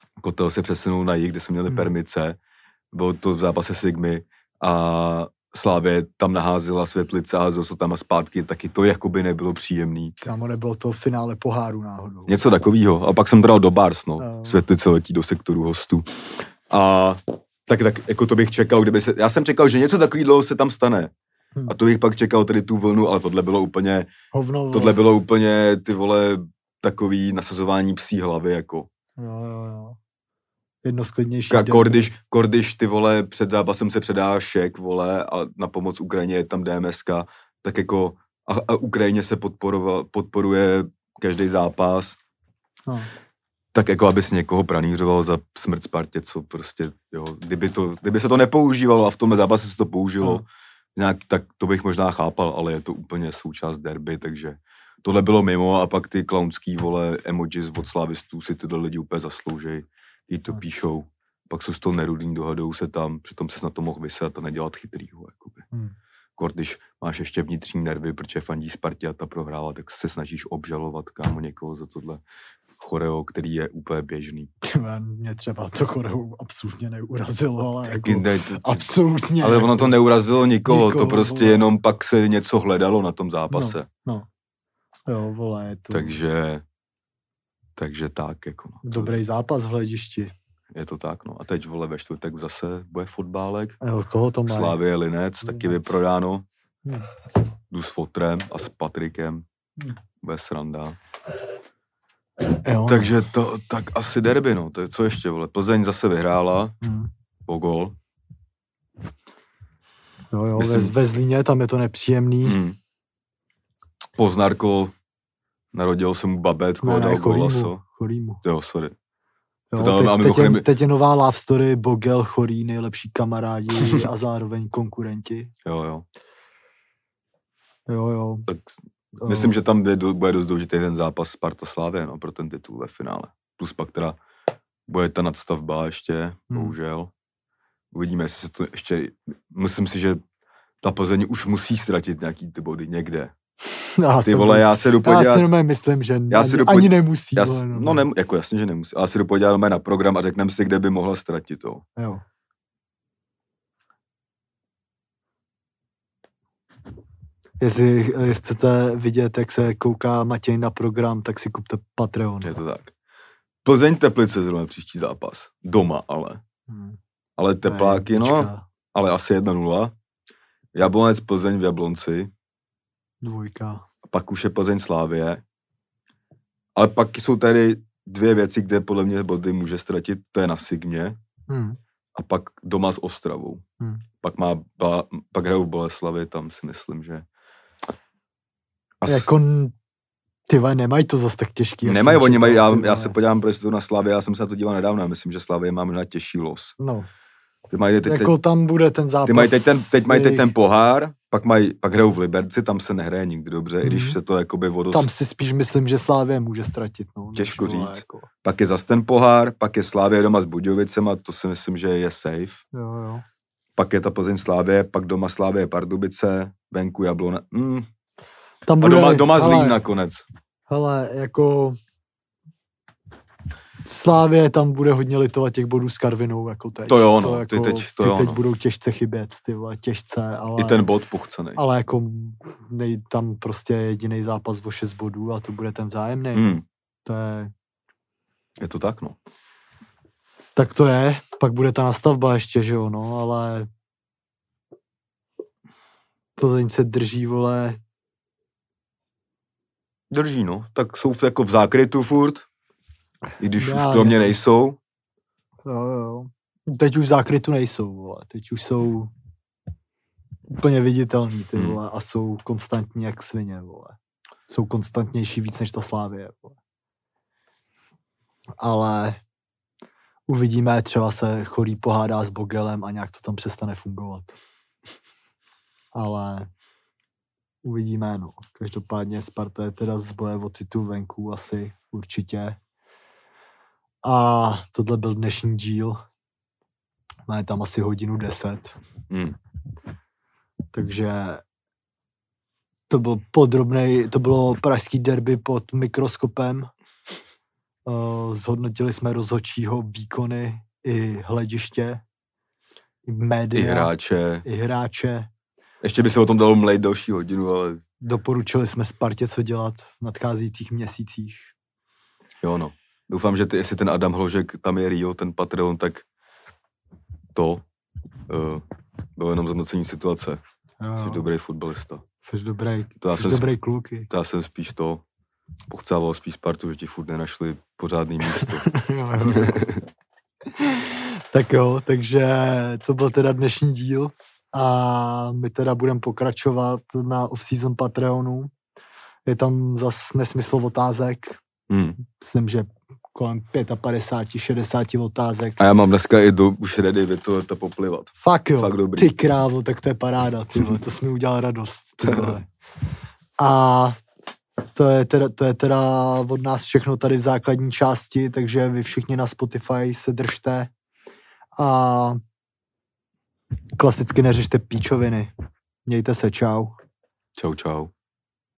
Speaker 1: Kotel se přesunul na jih, kde jsme měli
Speaker 2: Hmm.
Speaker 1: permice. Bylo to v zápase Sigmy a Slávě tam naházela Světlice a házel se tam a zpátky, taky to jakoby nebylo příjemný.
Speaker 2: Kámo, nebylo to v finále poháru náhodou.
Speaker 1: Něco takového. A pak jsem dal do Bars, no.
Speaker 2: No.
Speaker 1: Světlice letí do sektoru hostů. A tak, tak jako to bych čekal, kdyby se... Já jsem čekal, že něco takového se tam stane.
Speaker 2: Hmm.
Speaker 1: A to bych pak čekal tady tu vlnu, ale tohle bylo úplně...
Speaker 2: Hovno,
Speaker 1: Tohle bylo úplně, ty vole, takový nasazování psí hlavy, jako.
Speaker 2: Jo, jo, jo. Jedno z klidnějších
Speaker 1: Ka-
Speaker 2: derby.
Speaker 1: Kordiš, Kordiš, ty vole, před zápasem se předá šek, vole, a na pomoc Ukrajině je tam DMSka, tak jako a, a Ukrajině se podporuje každý zápas,
Speaker 2: No.
Speaker 1: tak jako abys někoho pranířoval za smrt Spartě, co prostě, jo, kdyby, to, kdyby se to nepoužívalo a v tomhle zápase se to použilo,
Speaker 2: No.
Speaker 1: nějak, tak to bych možná chápal, ale je to úplně součást derby, takže tohle bylo mimo a pak ty klaunský, vole, emojis od slávistů si tyhle lidi úplně zasloužej. Jí to
Speaker 2: No.
Speaker 1: píšou, pak jsou z toho nerudný, dohadou se tam, přitom ses na to mohl vyset a nedělat chytrýho, jakoby.
Speaker 2: Hmm.
Speaker 1: Kor, když máš ještě vnitřní nervy, protože fandí Spartě a ta prohrála, tak se snažíš obžalovat, kámo, někoho za tohle choreo, který je úplně běžný.
Speaker 2: Mě třeba to choreu absolutně neurazilo, ale
Speaker 1: Taky
Speaker 2: jako
Speaker 1: ne, to,
Speaker 2: absolutně.
Speaker 1: ale ono to neurazilo nikoho,
Speaker 2: Nikoho,
Speaker 1: to prostě
Speaker 2: vole.
Speaker 1: jenom pak se něco hledalo na tom zápase.
Speaker 2: No. Jo, vole, je to
Speaker 1: Takže, takže tak, jako no.
Speaker 2: dobrý zápas v hledišti.
Speaker 1: Je to tak, no. A teď, vole, ve čtvrtek zase bude fotbálek.
Speaker 2: Jo, koho to má?
Speaker 1: Slávě Linec, taky
Speaker 2: Linec.
Speaker 1: vyprodáno.
Speaker 2: Hmm.
Speaker 1: Jdu s Fotrem a s Patrikem.
Speaker 2: Hmm.
Speaker 1: Bude sranda.
Speaker 2: Jo.
Speaker 1: Takže to, tak asi derby, no. To je, co ještě, vole. Plzeň zase vyhrála
Speaker 2: Hmm.
Speaker 1: po gól.
Speaker 2: Jo, jo,
Speaker 1: Myslím-
Speaker 2: ve, ve Zlíně tam je to nepříjemný.
Speaker 1: Hmm. Poznarko, narodil se mu babetko,
Speaker 2: Ne,
Speaker 1: dal
Speaker 2: ne,
Speaker 1: golaso.
Speaker 2: chorýmu, chorýmu.
Speaker 1: Jo, sorry.
Speaker 2: Jo,
Speaker 1: To dal-
Speaker 2: teď,
Speaker 1: a
Speaker 2: teď,
Speaker 1: mimochodem-
Speaker 2: je, teď je nová love story, Bogel, Chorý, nejlepší kamarádi a zároveň konkurenti.
Speaker 1: Jo, jo.
Speaker 2: Jo, jo.
Speaker 1: Tak
Speaker 2: jo.
Speaker 1: myslím, že tam bude, bude dost důležitý ten zápas Sparta Slavie, no, pro ten titul ve finále. Plus pak teda bude ta nadstavba ještě,
Speaker 2: Hmm.
Speaker 1: bohužel. Uvidíme, jestli se to ještě... Myslím si, že ta Plzeň už musí ztratit nějaký ty body někde.
Speaker 2: Já
Speaker 1: Ty
Speaker 2: jsem-
Speaker 1: vole, já se jdu
Speaker 2: já
Speaker 1: podívat...
Speaker 2: si jenom myslím, že
Speaker 1: Já
Speaker 2: ani,
Speaker 1: si jdu
Speaker 2: ani
Speaker 1: podí-
Speaker 2: nemusí.
Speaker 1: Já,
Speaker 2: vole,
Speaker 1: s-
Speaker 2: no,
Speaker 1: no, ne, jako jasně, že nemusí. Ale si jdu podívat na program a řekneme si, kde by mohla ztratit to.
Speaker 2: Jo. Jestli, jestli chcete vidět, jak se kouká Matěj na program, tak si kupte Patreon.
Speaker 1: Je to tak. Plzeň Teplice zrovna příští zápas. Doma, ale.
Speaker 2: Hmm.
Speaker 1: Ale tepláky,
Speaker 2: Ne,
Speaker 1: no,
Speaker 2: počká,
Speaker 1: ale asi jedna nula. Jablonec Plzeň v Jablonci.
Speaker 2: Dvojka.
Speaker 1: A pak už je Plzeň Slávie. Ale pak jsou tady dvě věci, kde podle mě body může ztratit. To je na Sigmě
Speaker 2: Hmm.
Speaker 1: a pak doma s Ostravou.
Speaker 2: Hmm.
Speaker 1: Pak má, ba, pak hrajou v Boleslavi, tam si myslím, že... As,
Speaker 2: Jako, n- ty vole, nemají to zas tak těžký. jak
Speaker 1: nemají,
Speaker 2: jsem
Speaker 1: oni mají,
Speaker 2: čekal,
Speaker 1: já,
Speaker 2: ty
Speaker 1: já
Speaker 2: vole.
Speaker 1: se podívám prostě na Slavě, já jsem se na to díval nedávno, já myslím, že Slavě má mnohem těžší los.
Speaker 2: No,
Speaker 1: Ty mají teď,
Speaker 2: jako tam bude ten zápas.
Speaker 1: ty mají teď, ten, teď mají teď
Speaker 2: jejich-
Speaker 1: ten pohár, pak, mají, pak hrajou v Liberci, tam se nehraje nikdy dobře, i když
Speaker 2: Mhm.
Speaker 1: se to jakoby vodost...
Speaker 2: Tam si spíš myslím, že Slávě může ztratit. No, než,
Speaker 1: Těžko
Speaker 2: vole,
Speaker 1: říct.
Speaker 2: Jako.
Speaker 1: Pak je zas ten pohár, pak je Slávě doma s Budějovicema, to si myslím, že je safe.
Speaker 2: Jo, jo.
Speaker 1: Pak je ta Plzeň Slávě, pak doma Slávě Pardubice, venku Jablona. Mm.
Speaker 2: Tam
Speaker 1: A
Speaker 2: bude,
Speaker 1: doma, doma Zlín
Speaker 2: hele,
Speaker 1: nakonec.
Speaker 2: hele, jako Slávě tam bude hodně litovat těch bodů s Karvinou, jako teď.
Speaker 1: To jo, no, ty
Speaker 2: jako,
Speaker 1: teď- to
Speaker 2: ty
Speaker 1: jo,
Speaker 2: teď
Speaker 1: no.
Speaker 2: budou těžce chybět, ty vole, těžce, ale,
Speaker 1: I ten bod pochcenej.
Speaker 2: ale jako nej, tam prostě je jediný zápas o šest bodů a to bude ten vzájemný.
Speaker 1: Mm.
Speaker 2: To je,
Speaker 1: Je to tak, no.
Speaker 2: tak to je, pak bude ta nastavba ještě, že jo, no, ale Plzeň se drží, vole,
Speaker 1: Drží, no. Tak jsou jako v zákrytu furt, i když
Speaker 2: Já
Speaker 1: už pro mě
Speaker 2: nevím.
Speaker 1: nejsou.
Speaker 2: jo, jo. Teď už v zákrytu nejsou, vole, teď už jsou úplně viditelný, ty
Speaker 1: Hmm.
Speaker 2: vole, a jsou konstantní jak svině, vole. Jsou konstantnější víc než ta Slávie, vole. Ale uvidíme, třeba se Chorý pohádá s Bogelem a nějak to tam přestane fungovat. Ale uvidíme, no. Každopádně Sparta je teda zboje o titul venku asi určitě. A tohle byl dnešní díl. Máme tam asi hodinu deset.
Speaker 1: Mm.
Speaker 2: Takže to byl podrobnej, to bylo pražský derby pod mikroskopem Uh, zhodnotili jsme rozhodčího výkony i hlediště, i média.
Speaker 1: I hráče.
Speaker 2: I hráče.
Speaker 1: Ještě by se o tom dalo mlejt další hodinu, ale...
Speaker 2: Doporučili jsme Spartě, co dělat v nadcházejících měsících.
Speaker 1: Jo, no. Doufám, že ty, jestli ten Adam Hložek, tam je Rio, ten Patreon, tak to uh, bylo jenom zhodnocení situace. Jo. Jsi dobrý fotbalista.
Speaker 2: Jsi dobrý,
Speaker 1: to
Speaker 2: jsi dobrý kluky.
Speaker 1: To já jsem spíš to pochcával spíš Spartu, že ti furt nenašli pořádný místo.
Speaker 2: jo, jo. Tak jo, takže to byl teda dnešní díl a my teda budeme pokračovat na off-season Patreonu. Je tam zas nesmysl otázek.
Speaker 1: Hmm.
Speaker 2: Myslím, že kolem padesát pět šedesát otázek.
Speaker 1: A já mám dneska i do, už ready vytolet poplivat.
Speaker 2: Fakt jo,
Speaker 1: Fakt dobrý.
Speaker 2: Ty krávo, tak to je paráda, ty vole, to jsi mi udělal radost. Ty vole. A to je, teda, to je teda od nás všechno tady v základní části, takže vy všichni na Spotify se držte a klasicky neřešte píčoviny. Mějte se, čau.
Speaker 1: Čau, čau.